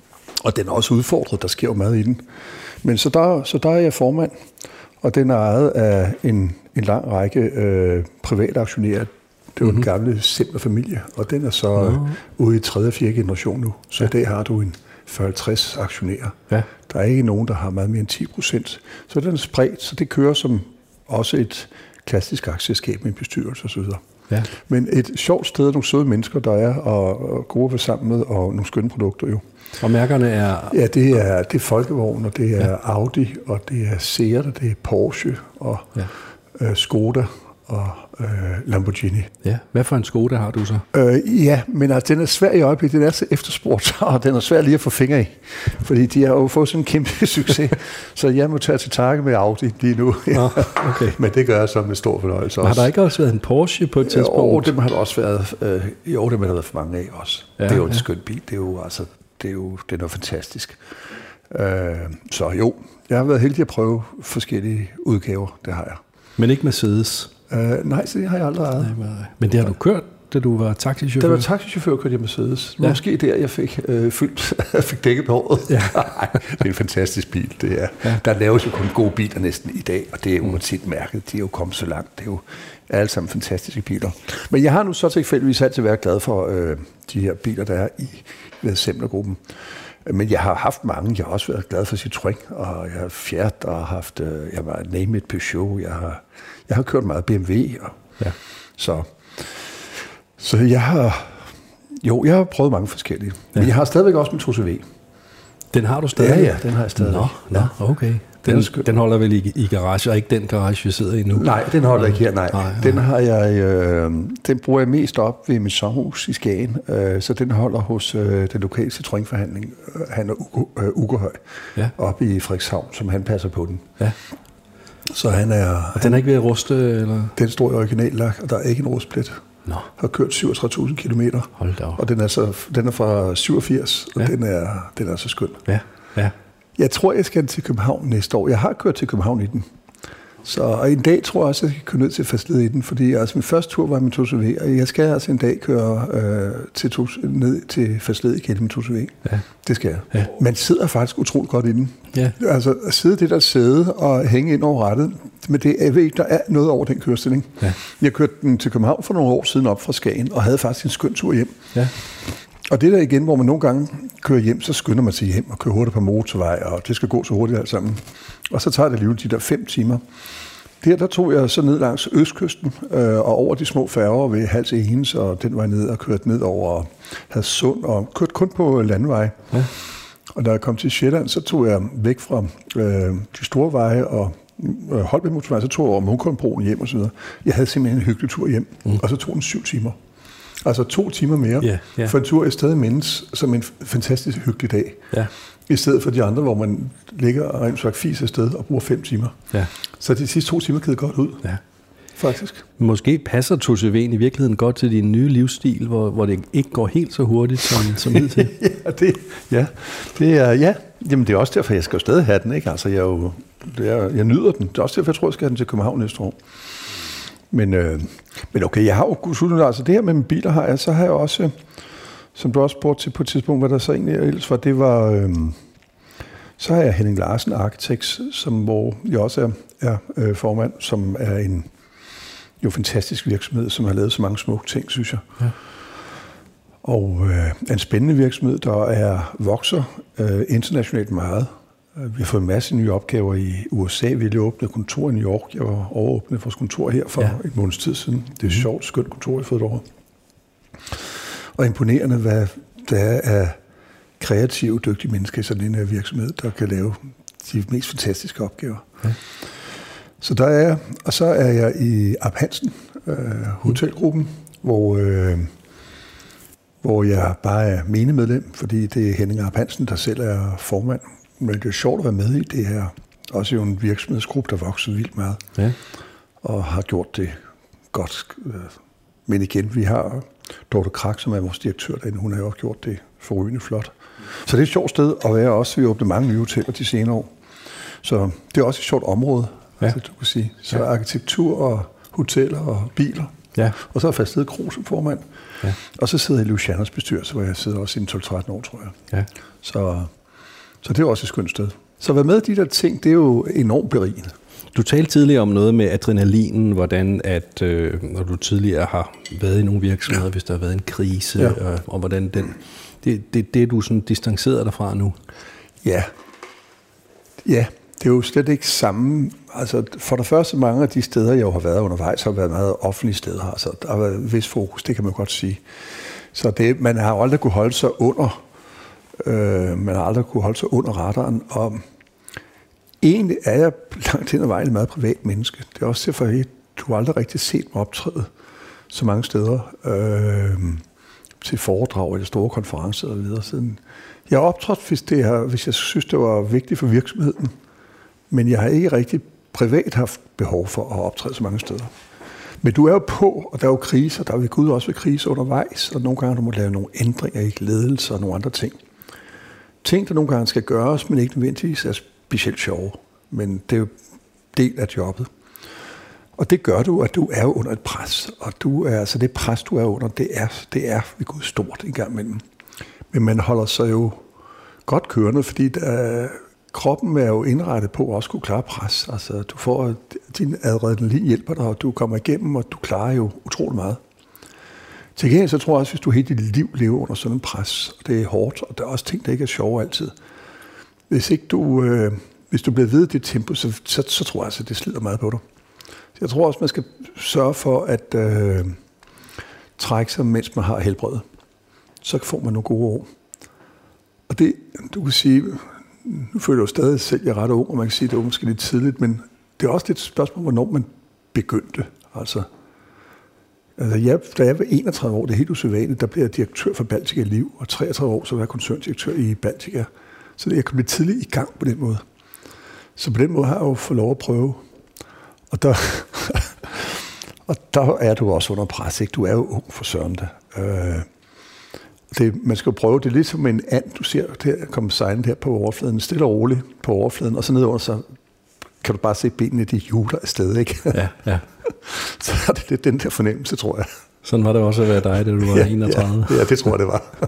Og den er også udfordret, der sker jo meget i den. Men så der, så der er jeg formand, og den er ejet af en, en lang række øh, private aktionærer. Det er jo mm-hmm. den gamle simple familie, og den er så øh, ude i tredje og fjerde generation nu. Så ja. I dag har du en fyrre til halvtreds aktionærer. Ja. Der er ikke nogen, der har meget mere end ti procent. Så den er spredt, så det kører som også et klassisk aktieselskab med en bestyrelse osv. Ja. Men et sjovt sted, nogle søde mennesker, der er, og, og gode at være sammen med, og nogle skønne produkter jo. Og mærkerne er... Ja, det er, det er Folkevogn, og det er ja. Audi, og det er Seat, og det er Porsche, og ja. øh, Skoda, og øh, Lamborghini. Ja, hvad for en Skoda har du så? Øh, ja, men altså, den er svær i øjeblikket. Den er så efterspurgt, og den er svær lige at få fingre i. Fordi de har jo fået sådan en kæmpe succes. Så jeg må tage til takke med Audi lige nu. Nå, okay. Men det gør jeg så med stor fornøjelse også. Har der ikke også været en Porsche på et tidspunkt? Jo, dem har der også været. Øh, jo, dem har der været for mange af også. Ja, det er jo en ja. skøn bil. Det er jo, altså, det er jo det er noget fantastisk. Øh, så jo, jeg har været heldig at prøve forskellige udgaver. Det har jeg. Men ikke Mercedes? Uh, nej, så det har jeg aldrig ejet. Nej, nej. Men det har du kørt, da du var taxichauffør? Da jeg var taxichauffør, kørte jeg Mercedes. Ja. Måske der, jeg fik, øh, fyldt, fik dækket på håret. Ja. Det er en fantastisk bil, det er. Ja. Der laves jo kun gode biler næsten i dag, og det er uanset mærket. De er jo kommet så langt. Det er jo alle sammen fantastiske biler. Men jeg har nu så tilfældigvis altid været glad for øh, de her biler, der er i Semler-gruppen. Men jeg har haft mange. Jeg har også været glad for Citroën, og jeg har Fiat, og har haft, øh, jeg var name it Peugeot. Jeg har, jeg har kørt meget B M W. Og, ja. Så, så jeg har, jo, jeg har prøvet mange forskellige. Ja. Men jeg har stadigvæk også min to C V. Den har du stadig? Ja, ja, den har jeg stadig. Nå, nå, okay. Den, den, den holder vel i, i garage, og ikke den garage, vi sidder i nu? Nej, den holder ikke her, nej. nej den nej. har jeg, øh, den bruger jeg mest op ved mit sommerhus i Skagen, øh, så den holder hos øh, den lokale Citroën-forhandling, øh, han er Ugo, øh, Ugohøj, ja. Oppe i Frederikshavn, som han passer på den. Ja. Så han er... Og den er ikke ved at ruste, eller? Den står i originallak, og der er ikke en rustplet. Nå. Har kørt syvogtredive tusind kilometer. Hold da op. Og den er, så, den er fra syvogfirs, og ja. den, er, den er så skøn. Ja, ja. Jeg tror, jeg skal til København næste år. Jeg har kørt til København i den. Så og en dag tror jeg også, at jeg skal køre ned til Fastled i den, fordi altså, min første tur var med to C V, og jeg skal altså en dag køre øh, til to, ned til Fastled igen med to C V. Ja. Det skal jeg. Ja. Man sidder faktisk utroligt godt i den. Ja. Altså at sidde det der sæde og hænge ind over rettet, men det, jeg ved ikke, der er noget over den kørestilling. Ja. Jeg kørte den til København for nogle år siden op fra Skagen, og havde faktisk en skøn tur hjem. Ja. Og det der igen, hvor man nogle gange kører hjem, så skynder man sig hjem og kører hurtigt på motorvej, og det skal gå så hurtigt alt sammen. Og så tager det alligevel de der fem timer. Der, der tog jeg så ned langs østkysten øh, og over de små færger ved Hals Egens, og den var ned og kørte ned over Hadsund og kørte kun på landveje. Ja. Og da jeg kom til Sjælland, så tog jeg væk fra øh, de store veje og øh, Holbæk motorvej, så tog jeg over Munkholmbroen hjem og så videre. Jeg havde simpelthen en hyggelig tur hjem, mm. og så tog den syv timer. Altså to timer mere, yeah, yeah. for en tur jeg stadig mindes som en fantastisk hyggelig dag. Yeah. I stedet for de andre, hvor man ligger og rent sagt fis afsted og bruger fem timer. Yeah. Så de sidste to timer kan det godt ud, yeah. faktisk. Måske passer to C V'en i virkeligheden godt til din nye livsstil, hvor, hvor det ikke går helt så hurtigt som, som hidtil. ja, det, ja, det er, ja. Jamen, det er også derfor, jeg skal jo stadig have den. Ikke? Altså, jeg, jo, det er, jeg nyder den. Det er også derfor, jeg tror, jeg skal have den til København næste år. Men, øh, men okay, jeg har jo altså det her med mine biler har jeg, så har jeg også, som du også spurgte til på et tidspunkt, hvad der så egentlig ellers var, det var, øh, så har jeg Henning Larsen Architects, som, hvor jeg også er, er øh, formand, som er en jo fantastisk virksomhed, som har lavet så mange smukke ting, synes jeg. Ja. Og øh, en spændende virksomhed, der er vokser øh, internationalt meget. Vi har fået en masse nye opgaver i U S A. Vi har lige åbnet kontor i New York. Jeg var overåbnet vores kontor her for ja. et måneds tid siden. Det er et sjovt, skønt kontor, jeg har fået over. Og imponerende, hvad der er af kreative, dygtige mennesker i sådan en her virksomhed, der kan lave de mest fantastiske opgaver. Ja. Så der er, og så er jeg i Arp Hansen, øh, hotelgruppen, hvor, øh, hvor jeg bare er menemedlem, fordi det er Henning Arp Hansen, der selv er formand. Men det er sjovt at være med i. Det er også jo en virksomhedsgruppe, der vokser vildt meget. Ja. Og har gjort det godt. Men igen, vi har Dorte Krak, som er vores direktør derinde. Hun har jo også gjort det forrygende flot. Så det er et sjovt sted at være også. Vi åbner mange nye hoteller de senere år. Så det er også et sjovt område, ja. altså, du kan sige. Så ja. arkitektur og hoteller og biler. Ja. Og så er Fastled Kro som formand. Ja. Og så sidder jeg i Lucianos bestyrelse, hvor jeg sidder også i tolv tretten år, tror jeg. Ja. Så... Så det er også et skønt sted. Så at være med de der ting, det er jo enormt berigende. Du talte tidligere om noget med adrenalinen, hvordan at, øh, når du tidligere har været i nogle virksomheder, ja. hvis der har været en krise, ja. og, og hvordan den... Det, det, det er du sådan distanceret derfra nu? Ja. Ja, det er jo slet ikke samme... Altså, for det første, mange af de steder, jeg jo har været undervejs, har været meget offentlige steder. Altså, der har været et vis fokus, det kan man godt sige. Så det, man har aldrig kunne holde sig under... Øh, man har aldrig kunne holde sig under radaren, og egentlig er jeg langt hen ad vejen et meget privat menneske. Det er også derfor, at du har aldrig rigtig set mig optræde så mange steder øh, til foredrag eller store konferencer og videre siden. Jeg har optrådt, hvis, det her, hvis jeg synes, det var vigtigt for virksomheden, men jeg har ikke rigtig privat haft behov for at optræde så mange steder. Men du er jo på, og der er jo kriser, der er vi Gud også ved kriser undervejs, og nogle gange du må lave nogle ændringer i ledelse og nogle andre ting. Ting, der nogle gange skal gøres, men ikke nødvendigvis er specielt sjove. Men det er jo del af jobbet. Og det gør du, at du er jo under et pres. Og du er, altså det pres, du er under, det er, det er ved Gud stort en gang imellem. Men man holder sig jo godt kørende, fordi der, kroppen er jo indrettet på at også kunne klare pres. Altså du får, din adrenalin hjælper dig, og du kommer igennem, og du klarer jo utrolig meget. Til gengæld så tror jeg også, hvis du hele dit liv lever under sådan en pres, og det er hårdt, og der er også ting, der ikke er sjove altid. Hvis ikke du, øh, hvis du bliver ved det tempo, så, så, så tror jeg altså, det slider meget på dig. Så jeg tror også, man skal sørge for at øh, trække sig, mens man har helbredet. Så får man nogle gode år. Og det, du kan sige, nu føler jeg jo stadig selv, at jeg er ret ung, og man kan sige, at det er måske lidt tidligt, men det er også lidt et spørgsmål, hvornår man begyndte. Altså, altså jeg, da jeg var enogtredive år, det er helt usædvanligt, der blev jeg direktør for Baltica Liv, og treogtredive år, så var jeg koncerndirektør i Baltica. Så jeg kom lidt tidligt i gang på den måde. Så på den måde har jeg jo fået lov at prøve. Og der, og der er du også under pres, ikke? Du er jo ung for søren da. Øh, det, man skal jo prøve, det er lidt som en and, du ser, der kommer sejlen her på overfladen, stille og roligt på overfladen, og så nedover, så kan du bare se benene, de hjuler afsted, ikke? Ja, ja. Så er det lidt den der fornemmelse, tror jeg. Sådan var det også at være dig, da du var ja, enogtredive. Ja, ja, det tror jeg, det var.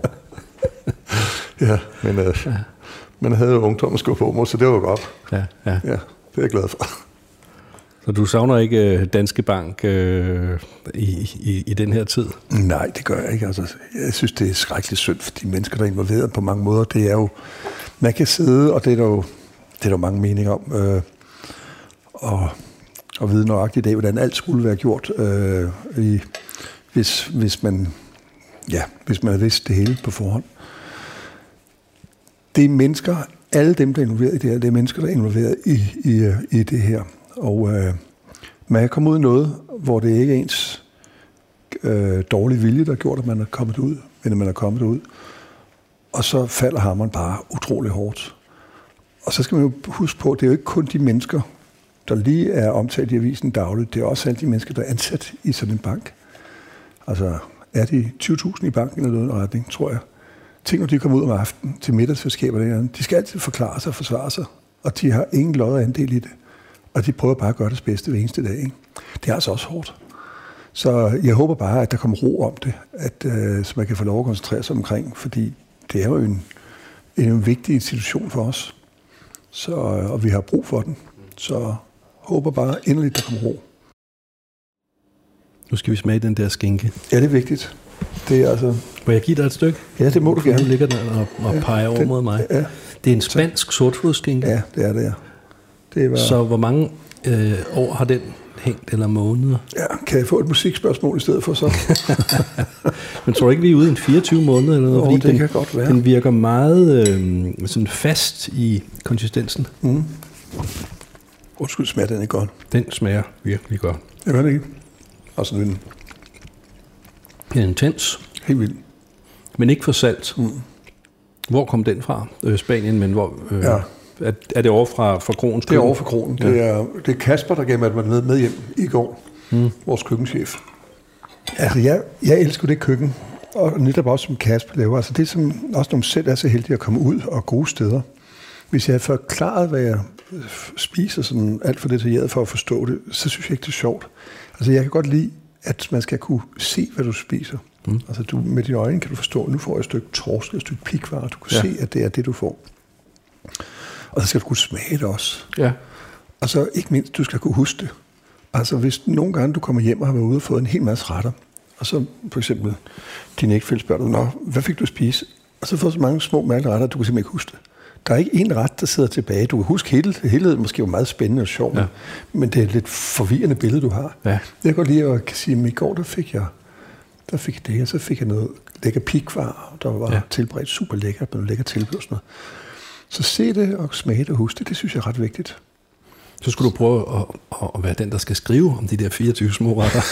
ja, men øh, ja. man havde jo ungdommen skub på mig, så det var jo godt. Ja, ja. Ja, det er jeg glad for. Så du savner ikke Danske Bank øh, i, i, i den her tid? Nej, det gør jeg ikke. Altså, jeg synes, det er skrækkeligt synd for de mennesker, der er involveret på mange måder. Det er jo, man kan sidde, og det er der jo, det er der mange meninger om, øh, og, og vide nøjagtigt i dag, hvordan alt skulle være gjort, øh, i, hvis, hvis, man, ja, hvis man havde vidst det hele på forhånd. Det er mennesker, alle dem, der er involveret i det her, det er mennesker, der er involveret i, i, i det her. Og øh, man kan komme ud i noget, hvor det ikke er ens øh, dårlige vilje, der har gjort, at man er kommet ud, men at man er kommet ud. Og så falder hammeren bare utrolig hårdt. Og så skal man jo huske på, at det er jo ikke kun de mennesker, der lige er omtalt i avisen dagligt. Det er også alle de mennesker, der er ansat i sådan en bank. Altså, er de tyve tusind i banken eller noget retning, tror jeg. Tænk, når de kommer ud om aftenen til middagsselskaber, de skal altid forklare sig og forsvare sig. Og de har ingen lod og andel i det. Og de prøver bare at gøre det bedste hver eneste dag. Ikke? Det er altså også hårdt. Så jeg håber bare, at der kommer ro om det, at, øh, så man kan få lov at koncentrere sig omkring, fordi det er jo en, en vigtig institution for os, så, og vi har brug for den. Så håber bare inderligt, der kommer ro. Nu skal vi smage den der skinke. Ja, det er vigtigt. Det er altså... Må jeg give dig et stykke? Ja, det må du gerne. Nu ligger den og, og ja, peger over den, mod mig. Ja. Det er en spansk sortfodsskinke. Ja, det er det, ja. Det var... Så hvor mange øh, år har den hængt, eller måneder? Ja, kan jeg få et musikspørgsmål i stedet for så? Men tror du ikke, vi er ude i en fireogtyve måneder? Eller noget, oh, fordi det den, kan godt være. Den virker meget øh, sådan fast i konsistensen. Mm. Undskyld, smager den ikke godt? Den smager virkelig godt. Jeg ved det ikke. Og sådan den. Den er intens. Helt vildt. Men ikke for salt. Mm. Hvor kom den fra? Øh, Spanien, men hvor... Øh, ja. Er, er det over fra, fra Krogens køkken? Det er over fra Krogen. Ja. Det, er, det er Kasper, der gav mig med, med hjem i går. Mm. Vores køkkenchef. Altså, jeg, jeg elsker det køkken. Og netop også som Kasper laver. Altså, det er som, også når man selv er så heldig at komme ud og gode steder. Hvis jeg havde forklaret, hvad jeg spiser sådan alt for detaljeret for at forstå det, så synes jeg ikke, det er sjovt. Altså, jeg kan godt lide, at man skal kunne se, hvad du spiser. Mm. Altså, du, med dine øjne kan du forstå, nu får jeg et stykke torsk, et stykke pikvarer. Du kan ja. se, at det er det, du får. Og så skal du kunne smage det også. Ja. Og så ikke mindst, du skal kunne huske det. Altså, hvis nogle gange du kommer hjem og har været ude og fået en hel masse retter, og så for eksempel din ægtefælle spørger du, nå, hvad fik du at spise? Og så får du så mange små mærkelige retter, du kan simpelthen ikke huske det. Der er ikke en ret, der sidder tilbage. Du kan huske hele helheden, måske jo meget spændende og sjovt, ja. men det er et lidt forvirrende billede, du har. Ja. Jeg kan godt lide at sige, at i går der fik jeg der fik jeg det, og så fik jeg noget lækker pikvarer, der var ja. tilberedt super lækker, med noget lækker tilbud og sådan noget. Så se det og smage det og huske det, det synes jeg er ret vigtigt. Så skulle du prøve at, at være den, der skal skrive om de der fireogtyve små retter.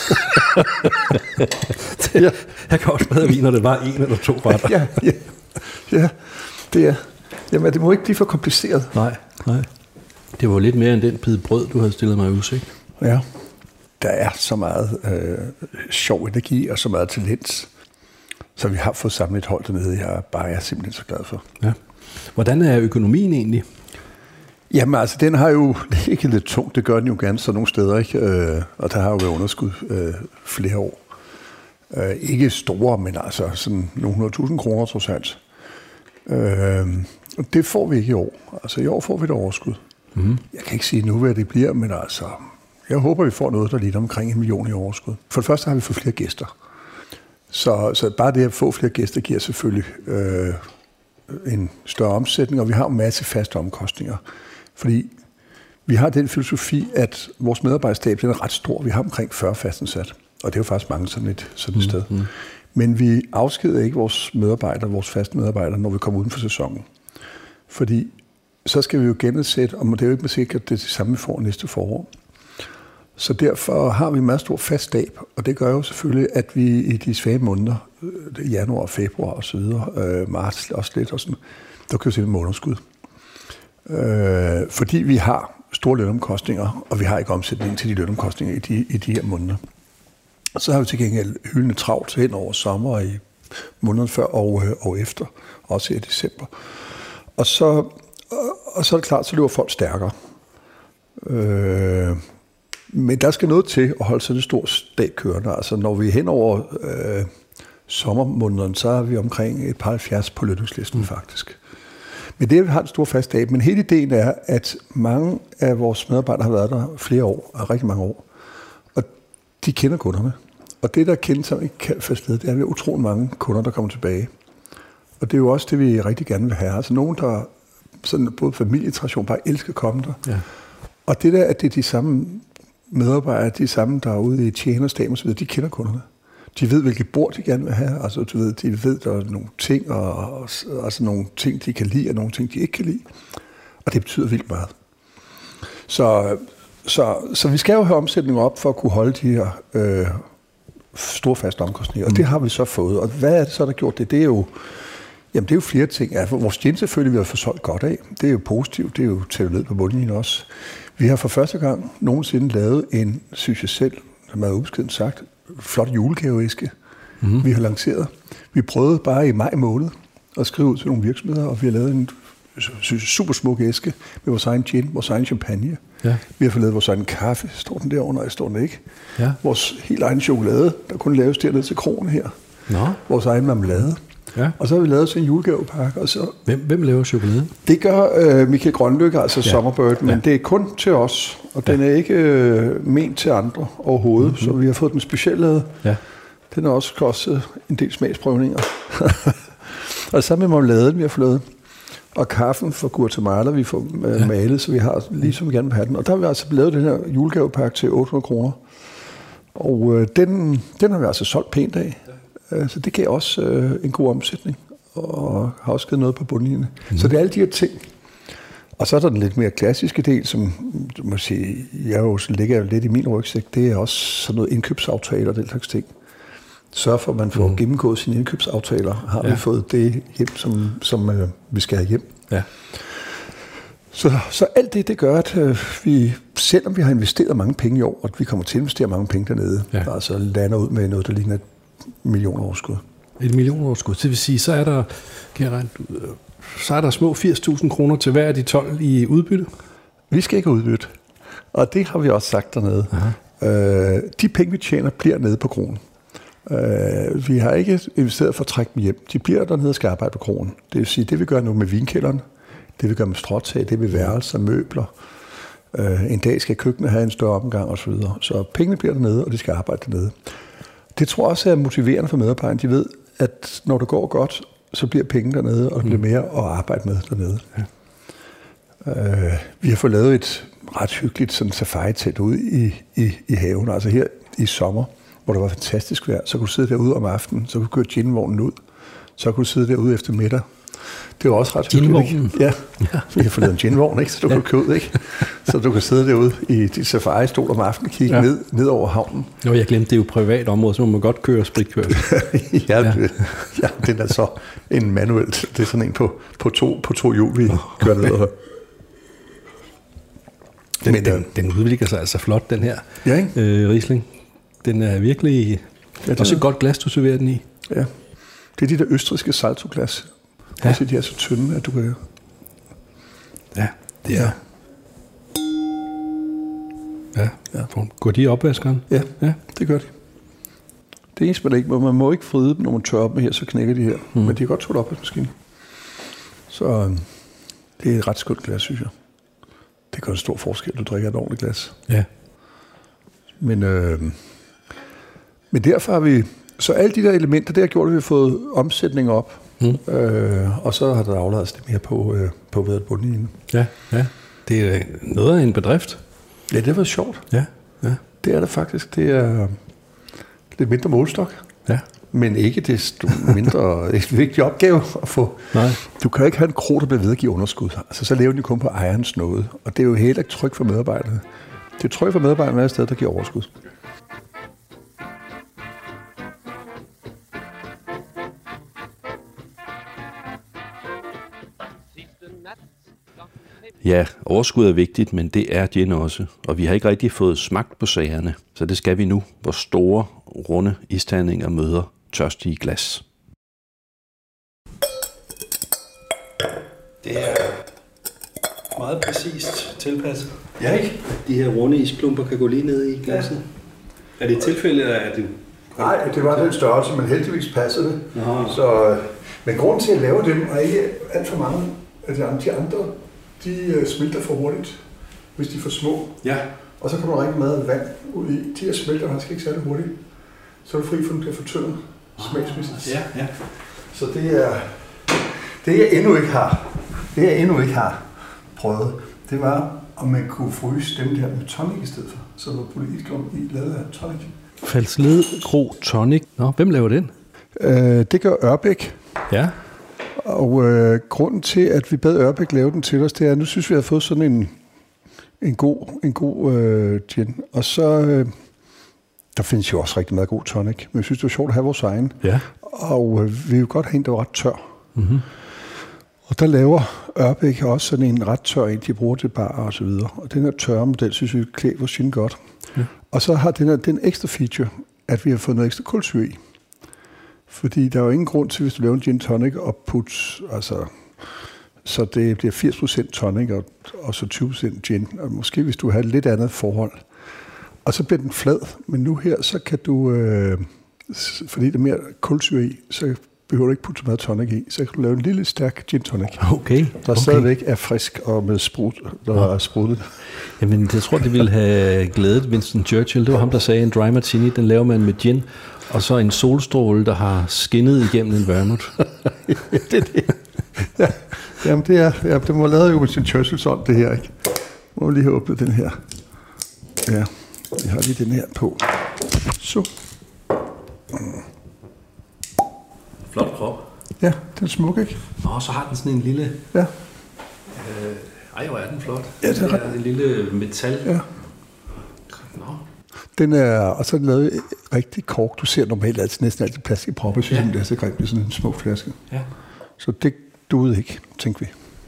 det, ja. Jeg kan også bedre vide, når det var en eller to retter. ja, ja, ja, det er. Jamen, det må ikke blive for kompliceret. Nej, nej. Det var lidt mere end den pide brød, du havde stillet mig i udsigt. Ja, der er så meget øh, sjov energi og så meget talent, så vi har fået samlet et hold dernede, jeg bare er simpelthen så glad for. Ja. Hvordan er økonomien egentlig? Jamen altså, den har jo ikke lidt tungt, det gør den jo gerne så nogle steder, ikke? Øh, og der har jo været underskud øh, flere år. Øh, ikke store, men altså sådan nogle hundrede tusind kroner trods alt. Øh, det får vi ikke i år. Altså i år får vi et overskud. Mm-hmm. Jeg kan ikke sige nu, hvad det bliver, men altså, jeg håber, vi får noget, der ligger omkring en million i overskud. For det første har vi fået flere gæster. Så, så bare det at få flere gæster giver selvfølgelig øh, en større omsætning, og vi har en masse faste omkostninger. Fordi vi har den filosofi, at vores medarbejderstab er ret stor. Vi har omkring fyrre fastansat, og det er jo faktisk mange sådan et, sådan et mm-hmm. sted. Men vi afskeder ikke vores medarbejdere, vores faste medarbejdere, når vi kommer uden for sæsonen. Fordi så skal vi jo genudsætte, og det er jo ikke sikkert, at det er det samme, vi får næste forår. Så derfor har vi en meget stor fast stab, og det gør jo selvfølgelig, at vi i de svage måneder, januar, februar og så videre, øh, marts også lidt, og sådan, der kan vi se et månedskud. Øh, fordi vi har store lønomkostninger, og vi har ikke omsætning til de lønomkostninger i de, i de her måneder. Så har vi til gengæld hyldende travlt hen over sommer i måneden før og, og efter, også i december. Og så, og så er det klart, så løber folk stærkere. Øh, men der skal noget til at holde sådan en stor stab kørende. Altså når vi er hen over øh, sommermåneden, så er vi omkring et par halvfjerds på lønningslisten mm. faktisk. Men det har en stor fast stab. Men hele ideen er, at mange af vores medarbejdere har været der flere år, rigtig mange år. Og de kender kunderne. Og det, der kendes som ikke kan fast sted, det er, at vi har utrolig mange kunder, der kommer tilbage. Og det er jo også det, vi rigtig gerne vil have. Altså nogen, der sådan både familietradition bare elsker at komme der. Ja. Og det der, at det er de samme medarbejdere, de samme, der er ude i tjenerstaben og så videre, de kender kunderne. De ved, hvilke bord de gerne vil have. Altså, du ved, de ved, der er nogle ting, og, og, altså nogle ting, de kan lide, og nogle ting, de ikke kan lide. Og det betyder vildt meget. Så, så, så vi skal jo have omsætning op for at kunne holde de her øh, store faste omkostninger. Og mm. det har vi så fået. Og hvad er det så, der gjort det? Det er jo, jamen, det er jo flere ting. Ja, vores gin selvfølgelig, vi har fået solgt godt af. Det er jo positivt. Det er jo tævet ned på bundlinjen også. Vi har for første gang nogensinde lavet en, synes jeg selv, som er ubeskedent sagt, flot julegaveæske, mm-hmm. vi har lanceret. Vi prøvede bare i maj måned at skrive ud til nogle virksomheder, og vi har lavet en super smuk æske med vores egen gin, vores egen champagne. Ja. Vi har fået lavet vores egen kaffe, står den derunder, og står den ikke. Ja. Vores helt egen chokolade, der kun laves dernede til kronen her. Nå. Vores egen marmelade. Ja. Og så har vi lavet sådan en julegavepakke. Og så hvem, hvem laver chokolade? Det gør øh, Michael Grønlykke, altså ja. Summerbird, men ja. det er kun til os, og ja. den er ikke øh, ment til andre overhovedet, mm-hmm. så vi har fået den specielt lavet. Ja. Den har også kostet en del smagsprøvninger. Og så med marmeladen, vi har fået lavet, og kaffen fra Guatemala, vi får øh, ja. malet, så vi har lige som vi gerne vil have den. Og der har vi altså lavet den her julegavepakke til otte hundrede kroner. Og øh, den, den har vi altså solgt pænt af. Så det gav også øh, en god omsætning, og har også givet noget på bundlinjen. Mm. Så det er alle de her ting. Og så er der den lidt mere klassiske del, som du må sige, jeg jo ligger lidt i min rygsæk, det er også sådan noget indkøbsaftaler og den slags ting. Sørg for, at man får mm. gennemgået sine indkøbsaftaler. Har ja. vi fået det hjem, som, som øh, vi skal have hjem. Ja. Så, så alt det, det gør, at øh, vi, selvom vi har investeret mange penge i år, og vi kommer til at investere mange penge dernede, ja. der altså lander ud med noget, der ligner et million overskud. Et million overskud. Det vil sige, så er der, kan jeg regne, så er der små firs tusind kroner til hver af de tolv i udbytte? Vi skal ikke have udbytte. Og det har vi også sagt dernede. Øh, de penge, vi tjener, bliver nede på kronen. Øh, vi har ikke investeret for at trække dem hjem. De bliver dernede og skal arbejde på kronen. Det vil sige, det vi gør nu med vinkælderen, det vi gør med stråtag, det med værelser, møbler. Øh, en dag skal køkkenet have en større omgang osv. Så, så pengene bliver dernede, og de skal arbejde dernede. Det tror jeg også er motiverende for medarbejderne. De ved, at når det går godt, så bliver penge dernede, og der bliver mere at arbejde med dernede. Ja. Øh, vi har fået lavet et ret hyggeligt sådan safari-telt ude i, i, i haven. Altså her i sommer, hvor det var fantastisk vejr, så kunne du sidde derude om aftenen, så kunne du køre ginvognen ud, så kunne du sidde derude efter middag. Det var også ret hyggeligt. Ja, ja. Vi har fået lavet en ginvogn, ikke? Så du ja. kan køre ud, ikke? Så du kan sidde derude i dit safari-stol om aftenen og kigge ja. ned, ned over havnen. Jo, jeg glemte, det er jo privat område, så må man godt køre spritkørsel. ja, ja. Det, ja, den er så en manuelt. Det er sådan en på, på, to, på to hjul, vi kører ned over. Den, Men, den, den udvikler sig altså flot, den her ja, ikke? Øh, Riesling. Den er virkelig ja, også et godt glas, du serverer den i. Ja, det er de der østrigske saltoglas. Ja. De er så tynde, at du kan... Ja, det er... Ja, ja. Går de i opvaskeren? Ja, ja, det gør de. Det eneste, man ikke må, man må ikke fryde dem, når man tørrer dem her, så knækker de her. Mm. Men de er godt tålt op af maskinen. Så det er et ret skønt glas, synes jeg. Det gør en stor forskel, at du drikker et ordentligt glas. Ja. Men, øh, men derfor har vi... Så alle de der elementer, det har gjort, at vi har fået omsætning op. Mm. Øh, og så har der afladet det mere på, øh, på ved bundlinjen. Ja, ja. Det er noget af en bedrift. Ja, det har været sjovt. Ja, ja. Det er det faktisk. Det er lidt mindre målstok. Ja. Men ikke desto mindre en vigtig opgave at få. Nej. Du kan jo ikke have en kro, der bliver ved at give underskud. Altså, så lever de kun på ejerens nåde. Og det er jo helt ikke trygt for medarbejderne. Det er trygt for medarbejderne hver sted, der giver overskud. Ja, overskud er vigtigt, men det er gin også. Og vi har ikke rigtig fået smagt på sagerne, så det skal vi nu, hvor store, runde isterninger møder tørstige glas. Det er meget præcist tilpasset. Ja, ikke? De her runde isklumper kan gå lige ned i glasset. Ja. Er det et tilfælde, eller er det... Nej, det var den størrelse, men heldigvis passede det. Nå. Så, men grunden til at lave dem, og ikke alt for mange af de andre, de andre de smelter for hurtigt, hvis de er for små. Ja. Og så kommer der rigtig meget vand ud i. De her smelter faktisk ikke særlig hurtigt. Så er du fri for, at den bliver for tynd smagsmæssigt. Ja, ja. Så det er det, jeg endnu ikke har, det jeg endnu ikke har prøvet, det var, om man kunne fryse dem der med tonic i stedet for. Så var politklump i lavet af tonic. Falsled Kro Tonic. Nå, hvem laver den? Øh, det gør Ørbæk. Ja. Og øh, grunden til, at vi bad Ørbæk lave den til os, det er, at nu synes vi, at vi har fået sådan en, en god, en god øh, gin. Og så, øh, der findes jo også rigtig meget god tonic, men jeg synes, det var sjovt at have vores egen. Ja. Og øh, vi vil godt have en, der var ret tør. Mm-hmm. Og der laver Ørbæk også sådan en ret tør en, de bruger til bar og så videre. Og den her tørre model, synes vi, klæder vores gin godt. Ja. Og så har den her, den ekstra feature, at vi har fået noget ekstra kulsyre i. Fordi der er jo ingen grund til, hvis du laver en gin tonic og puts, altså, så det bliver firs procent tonic og, og så tyve procent gin. Og måske hvis du har et lidt andet forhold. Og så bliver den flad. Men nu her, så kan du, øh, fordi der er mere kulsyre i, så behøver du ikke putte så meget tonic i. Så kan du lave en lille stærk gin tonic. Okay. Der okay. stadigvæk er frisk og med sprut, der ja. er spruttet. Jamen, jeg tror, det ville have glædet Winston Churchill. Det var ham, der sagde, en dry martini, den laver man med gin. Og så en solstråle, der har skinnet igennem en vermouth. det er det. Ja, jamen, det er, ja, det må have lavet jo med sin Churchills ånd, det her, ikke? Må vi lige have åbnet den her. Ja, vi har lige den her på. Så. Flot krop. Ja, den er smuk, ikke? Nå, så har den sådan en lille... Ja. Øh, ej, hvor er den flot. Ja, det er ret... En lille metal. Ja. Nå. Den er, og så er den lavet rigtig kork. Du ser normalt altid næsten altid plastik i proppe. Jeg synes, ja. det er så grimt, det er sådan en smuk flaske. Ja. Så det duede ikke, tænker vi.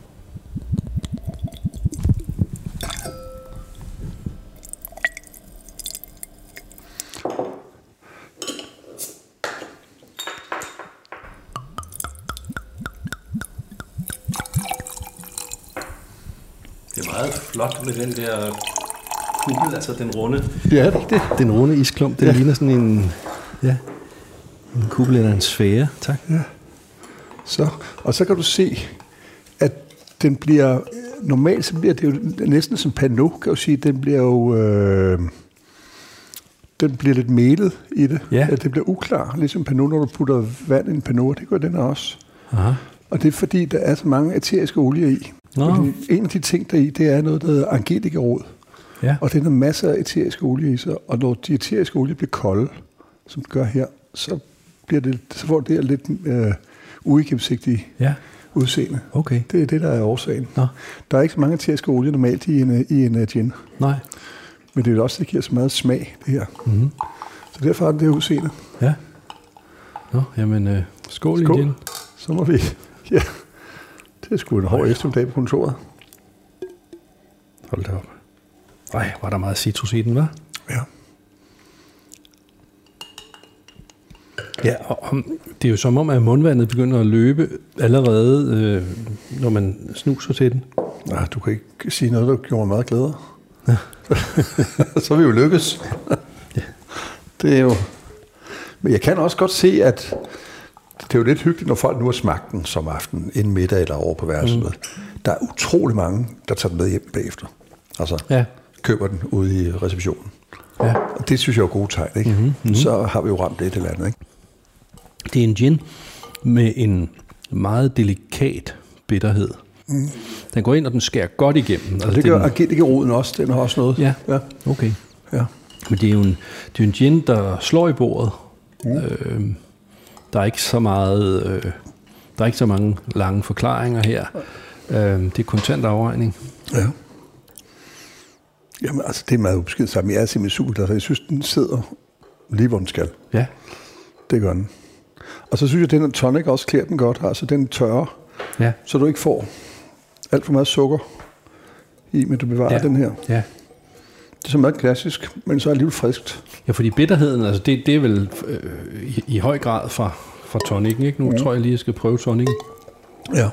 Det er meget flot med den der kuppel, altså den runde. Ja, det er det. Den runde isklump, den ja. ligner sådan en, ja, en kuppel eller en sfære. Tak. Ja. Så, og så kan du se, at den bliver, normalt så bliver det jo næsten som Pernod, kan du sige. Den bliver jo, øh, den bliver lidt mælet i det. Ja. At det bliver uklar, ligesom Pernod, når du putter vand i en Pernod. Det gør den også. Aha. Og det er fordi, der er så mange æteriske olier i. En af de ting, der er i, det er noget, der hedder Angelica-rod. Ja. Og den har masser af æteriske olier i sig. Og når de æteriske olier bliver kolde, som det gør her, så, bliver det, så får det lidt øh, uigennemsigtigt ja. udseende. Okay. Det er det, der er årsagen. Nå. Der er ikke så mange æteriske olier normalt i en, i en uh, gin. Nej. Men det er også, det giver så meget smag, det her. Mm-hmm. Så derfor er det det her udseende. Ja. Nå, jamen, øh, skål, skål. i gin. Så må vi... Ja. Det er sgu en hård eftermiddag på kontoret. Hold da op. Ej, var der meget citrus i den, hva'? Ja. Ja, og det er jo som om, at mundvandet begynder at løbe allerede, øh, når man snuser til den. Nej, du kan ikke sige noget, der gjorde mig meget glæder. Ja. Så er vi jo lykkes. Ja. Det er jo... Men jeg kan også godt se, at det er jo lidt hyggeligt, når folk nu har smagt den som aften, inden middag eller over på værelset. Mm. Der er utrolig mange, der tager den med hjem bagefter. Altså ja. køber den ude i receptionen. Ja. Og det synes jeg er gode tegn, ikke? Mm-hmm. Mm-hmm. Så har vi jo ramt det eller andet, ikke? Det er en gin med en meget delikat bitterhed. Mm. Den går ind, og den skærer godt igennem. Altså, det gør Angelica-roden også. Den har også noget. Ja, ja. Okay. Ja. Men det er jo en, det er en gin, der slår i bordet. Mm. Øh, Der er ikke så meget, øh, der er ikke så mange lange forklaringer her. Øh, det er kontant afregning. Ja. Jamen altså, det er meget ubeskedet sammen. Jeg er simpelthen super glad, så jeg synes, den sidder lige, hvor den skal. Ja. Det gør den. Og så synes jeg, at den tonic også klæder den godt. Altså, den tørrer, Ja. så du ikke får alt for meget sukker i, men du bevarer Ja. den her. Ja. Det er så meget klassisk, men så alligevel friskt. Ja, fordi bitterheden, altså det, det er vel øh, i, i høj grad fra, fra tonikken, ikke? Nu mm. tror jeg lige, jeg skal prøve tonikken. Ja.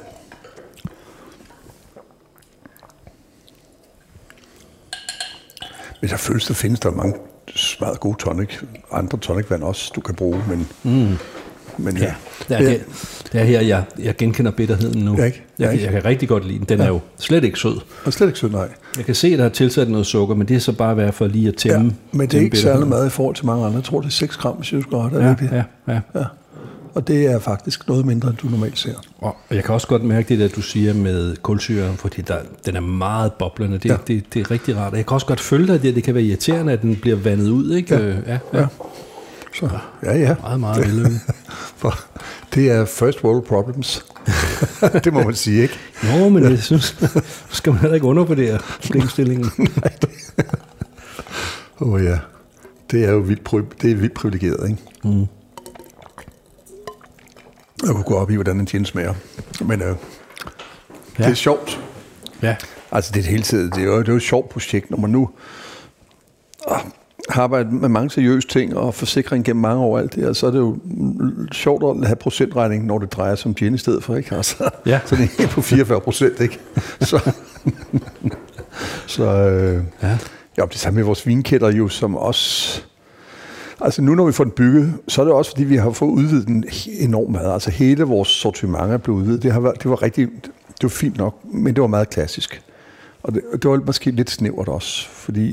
Men jeg føles, der findes der mange meget gode tonic. Andre tonicvand også, du kan bruge, men... Mm. men Ja, det er, det, det er her, jeg, jeg genkender bitterheden nu. Ja, ikke? Ja, jeg, ikke? jeg kan rigtig godt lide den. Den ja. er jo slet ikke sød. Og slet ikke sød, nej. Jeg kan se, at der er tilsat noget sukker, men det er så bare værd for lige at tæmme. Ja, men det er ikke særlig meget i forhold til mange andre. Jeg tror, det er seks gram, hvis jeg husker ret. Er Ja, det det? ja, ja. Ja. Og det er faktisk noget mindre, end du normalt ser. Og jeg kan også godt mærke det, der du siger med kulsyre, fordi der, den er meget boblende. Det, Ja. det, det er rigtig rart. Jeg kan også godt følge dig, at det, det kan være irriterende, at den bliver vandet ud, ikke? Ja. Øh, ja, ja. Ja. Så, ja, ja. Meget, meget vellykket. For det er first world problems. Det må man sige, ikke? Nå, men jeg synes, skal man heller ikke undervurdere problemstillingen. Åh oh, ja, det er jo vildt, pri- det er vildt privilegeret, ikke? Mm. Jeg kunne gå op i, hvordan en gin smager. Men øh, ja. Det er sjovt. Ja. Altså det er det hele tiden, det er jo, det er jo et sjovt projekt, når man nu øh, har arbejdet med mange seriøse ting og forsikring gennem mange år alt det, og så er det jo sjovt at have procentregning, når det drejer sig om gin i stedet for, ikke? Altså, Ja. så det er helt på fireogfyrre procent, ikke? Så, så øh, Ja. ja, det samme med vores vinkætter jo, som også... Altså nu, når vi får den bygget, så er det også, fordi vi har fået udvidet den enormt meget. Altså hele vores sortiment er blevet udvidet. Det, har været, det var rigtig, det var fint nok, men det var meget klassisk. Og det, det var måske lidt snævert også, fordi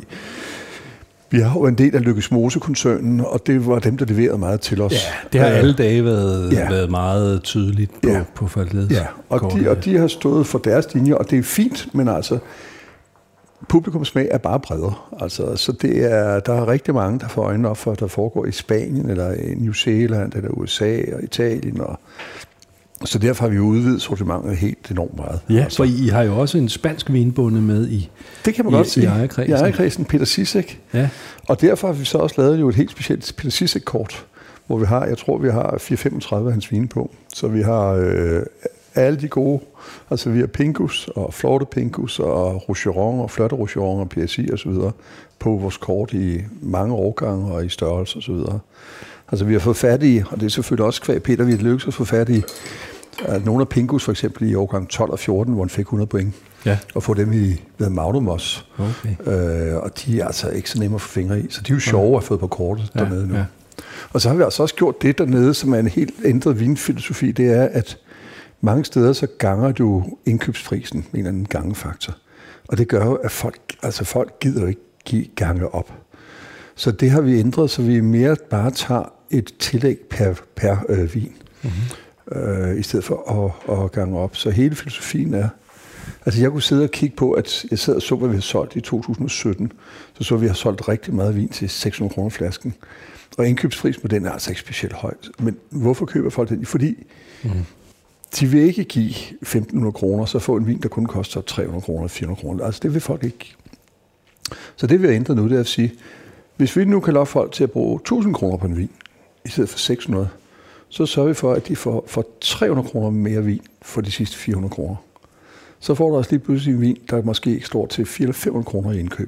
vi har jo en del af Lykkes Mose-koncernen, og det var dem, der leverede meget til os. Ja, det har Øh, alle dage været, ja. været meget tydeligt på, Ja. på faldet. Ja, og de, og de har stået for deres linje, og det er fint, men altså, publikumsmag er bare bredere. Altså, så det er, der er rigtig mange, der får øjnene op for, der foregår i Spanien, eller i New Zealand, eller U S A og Italien. Og, så derfor har vi udvidet sortimentet helt enormt meget. Ja, altså, for I har jo også en spansk vinbonde med i, det kan man i, godt i sige. ejerkredsen. I ejerkredsen, Peter Sisek. Ja. Og derfor har vi så også lavet jo et helt specielt Peter Sisek-kort, hvor vi har, jeg tror, vi har fire femogtredive af hans vine på. Så vi har øh, alle de gode, altså vi har Pingus og Florte Pingus og Rougeron og Flotte Rougeron og P S I og så videre på vores kort i mange årgange og i størrelse og så videre. Altså vi har fået fat i, og det er selvfølgelig også kvæg Peter, vi har lykkes at få fat i, at nogle af Pingus for eksempel i årgang tolv og fjorten, hvor han fik hundrede point, Ja. og få dem i ved Magnum også. Okay. Øh, og de er altså ikke så nemme at få fingre i, så de er jo sjove at få på kortet Ja, dernede nu. ja. Og så har vi altså også gjort det dernede, som er en helt ændret vinfilosofi, det er, at mange steder så ganger du indkøbsprisen med en eller anden gangefaktor. Og det gør jo, at folk, altså folk gider jo ikke give gange op. Så det har vi ændret, så vi mere bare tager et tillæg per, per øh, vin, mm-hmm. øh, i stedet for at, at gange op. Så hele filosofien er, altså jeg kunne sidde og kigge på, at jeg sad og så, hvad vi har solgt i to tusind og sytten. Så så vi har solgt rigtig meget vin til seks hundrede kroner flasken. Og indkøbspris på den er altså ikke specielt høj. Men hvorfor køber folk den? Fordi mm-hmm. de vil ikke give femten hundrede kroner, så få en vin, der kun koster tre hundrede kroner, fire hundrede kroner. Altså det vil folk ikke. Så det vi har ændret nu, det er at sige, hvis vi nu kan lokke folk til at bruge tusind kroner på en vin, i stedet for seks hundrede, så sørger vi for, at de får, får tre hundrede kroner mere vin for de sidste fire hundrede kroner. Så får du også lige pludselig en vin, der måske ikke står til fire hundrede eller fem hundrede kroner i indkøb.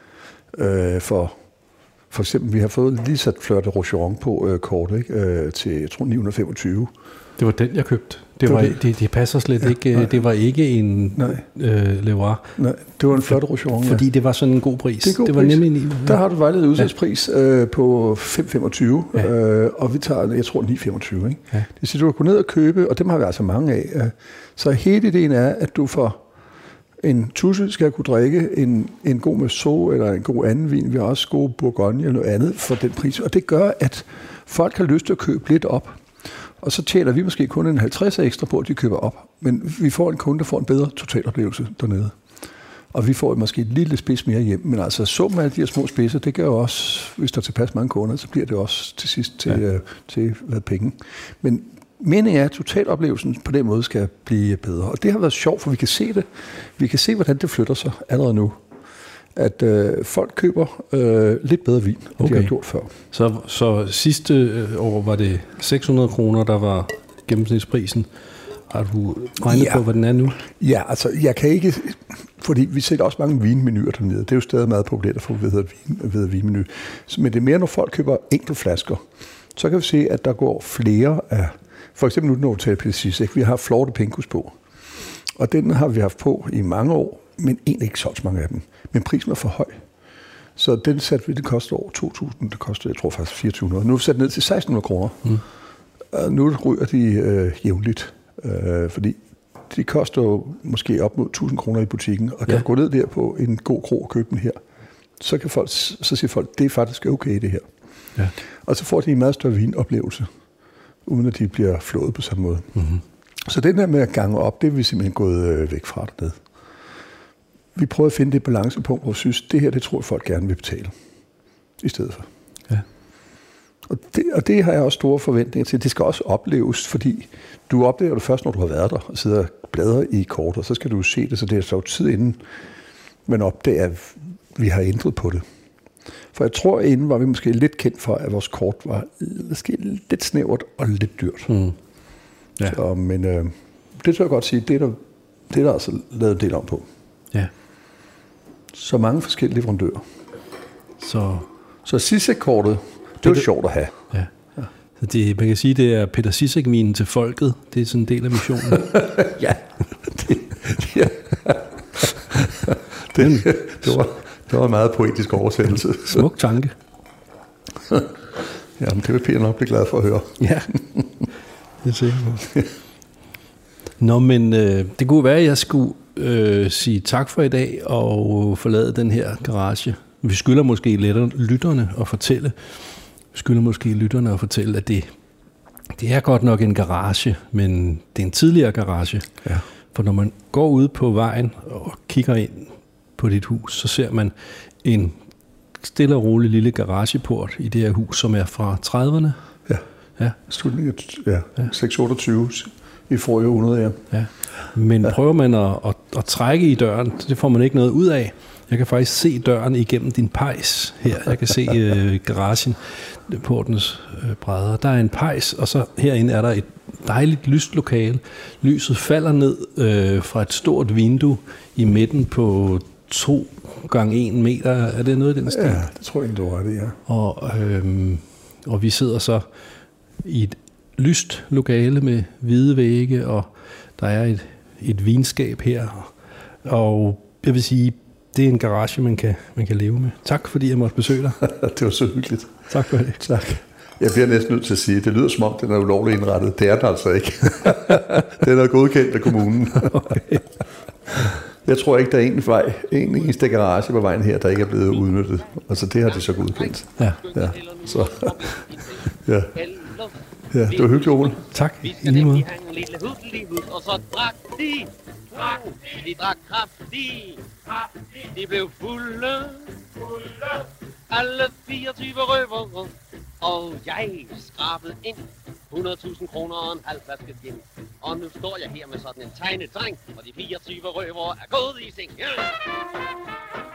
Øh, for, for eksempel, vi har fået lige sat Flotte Rougeron på øh, kortet, ikke? Øh, til, jeg tror, ni hundrede og femogtyve. Det var den, jeg købte. Det, Det var, var det. det. Det, det passer slet Ja, ikke. nej. Det var ikke en øh, Leroy. Nej, det var en Flotte Rougeron, ja. Fordi det var sådan en god pris. Det er god det var pris. nemlig en, Der har du vejledet udsalgspris øh, på fem komma femogtyve, Ja. øh, og vi tager, jeg tror, ni komma femogtyve. Ikke? Ja. Det siger, du kan gå ned og købe, og dem har vi altså mange af. Øh. Så hele ideen er, at du får en tusse skal kunne drikke en, en god Meursault eller en god anden vin. Vi har også gode Bourgogne eller noget andet for den pris. Og det gør, at folk har lyst til at købe lidt op. Og så tjener vi måske kun en halvtreds ekstra på, at de køber op. Men vi får en kunde, der får en bedre totaloplevelse dernede. Og vi får måske et lille spids mere hjem, men altså summen af alle de her små spidser, det gør jo også, hvis der er tilpas mange kunder, så bliver det også til sidst til, ja. øh, til hvad, penge. Men meningen er, at totaloplevelsen på den måde skal blive bedre. Og det har været sjovt, for vi kan se det. Vi kan se, hvordan det flytter sig allerede nu. At øh, folk køber øh, lidt bedre vin, end okay. de har gjort før. Så, så sidste år var det seks hundrede kroner, der var gennemsnitsprisen. Har du regnet ja. på, hvad den er nu? Ja, altså jeg kan ikke, fordi vi ser også mange vinmenuer dernede. Det er jo stadig meget populært at få ved ved vinmenu. Men det er mere, når folk køber enkelte flasker. Så kan vi se, at der går flere af, for eksempel nu, når vi tager Peter Sisek, vi har Flor de Pincus på. Og den har vi haft på i mange år, men egentlig ikke så mange af dem. Men prisen er for høj. Så den satte vi, det koster over to tusind, det koster, jeg tror faktisk fireogtyve hundrede. Nu er vi sat ned til seksten hundrede kroner. Mm. Og nu ryger de øh, jævnligt. Øh, fordi de koster jo måske op mod tusind kroner i butikken, og kan ja. gå ned der på en god krog og købe den her, så kan folk, så siger folk, det er faktisk okay det her. Ja. Og så får de en meget større vinoplevelse, uden at de bliver flået på samme måde. Mm-hmm. Så den der med at gange op, det er vi simpelthen gået øh, væk fra dernede. Vi prøver at finde det balancepunkt, hvor vi synes, det her, det tror jeg folk gerne vil betale, i stedet for. Ja. Og det, og det har jeg også store forventninger til. Det skal også opleves, fordi du oplever det først, når du har været der og sidder og bladrer i kort, og så skal du se det, så det er så tid inden man opdager, at vi har ændret på det. For jeg tror, inden var vi måske lidt kendt for, at vores kort var måske lidt snævert og lidt dyrt. Mm. Ja. Så, men øh, det tror jeg godt sige, det er der, det er der altså lavet en del om på. Ja. Så mange forskellige leverandører. Så, så Sisek-kortet, det er jo sjovt at have. Ja. Ja. Så det, man kan sige, det er Peter Sisek-vinen til folket. Det er sådan en del af missionen. ja. Det, ja. det, det, var, det var en meget poetisk oversættelse. Smuk tanke. Ja, men det vil Peter nok blive glad for at høre. Ja, det er sikkert på. Nå, men øh, det kunne være, at jeg skulle øh, sige tak for i dag og forlade den her garage. Vi skylder måske lytterne at fortælle, vi skylder måske lytterne at fortælle, at det, det er godt nok en garage, men det er en tidligere garage. Ja. For når man går ud på vejen og kigger ind på dit hus, så ser man en stille og rolig lille garageport i det her hus, som er fra trediverne. Ja, ja. Slutningen ja. ja. seks otteogtyve i forrige århundrede, ja. ja. Men ja. prøver man at, at, at trække i døren, det får man ikke noget ud af. Jeg kan faktisk se døren igennem din pejs her. Jeg kan se øh, garagen, portens øh, brædder. Der er en pejs, og så herinde er der et dejligt lyst lokale. Lyset falder ned øh, fra et stort vindue i midten på to gange en meter. Er det noget af den stil? Ja, det tror jeg, du har det, ja. Og, øh, og vi sidder så i et lyst lokale med hvide vægge, og der er et, et vinskab her. Og jeg vil sige, det er en garage, man kan, man kan leve med. Tak, fordi jeg måtte besøge dig. Det var så hyggeligt. Tak for det. Tak. Jeg bliver næsten nødt til at sige, at det lyder som om, den er ulovligt indrettet. Det er den altså ikke. Den er godkendt af kommunen. Okay. Jeg tror ikke, der er en vej, en eneste garage på vejen her, der ikke er blevet udnyttet. Altså det har de så godkendt. Ja. Ja. Så. Ja. Ja, det var hyggeligt, Ole. Tak, i lige måde. Og så drak de, drak, de drak kraftigt, de blev fulde, alle fireogtyve røvere, og jeg skrabede ind hundrede tusind kroner og en halv flaske gin. Og nu står jeg her med sådan en tegnet dreng, og de fireogtyve røvere er gået i seng. Ja.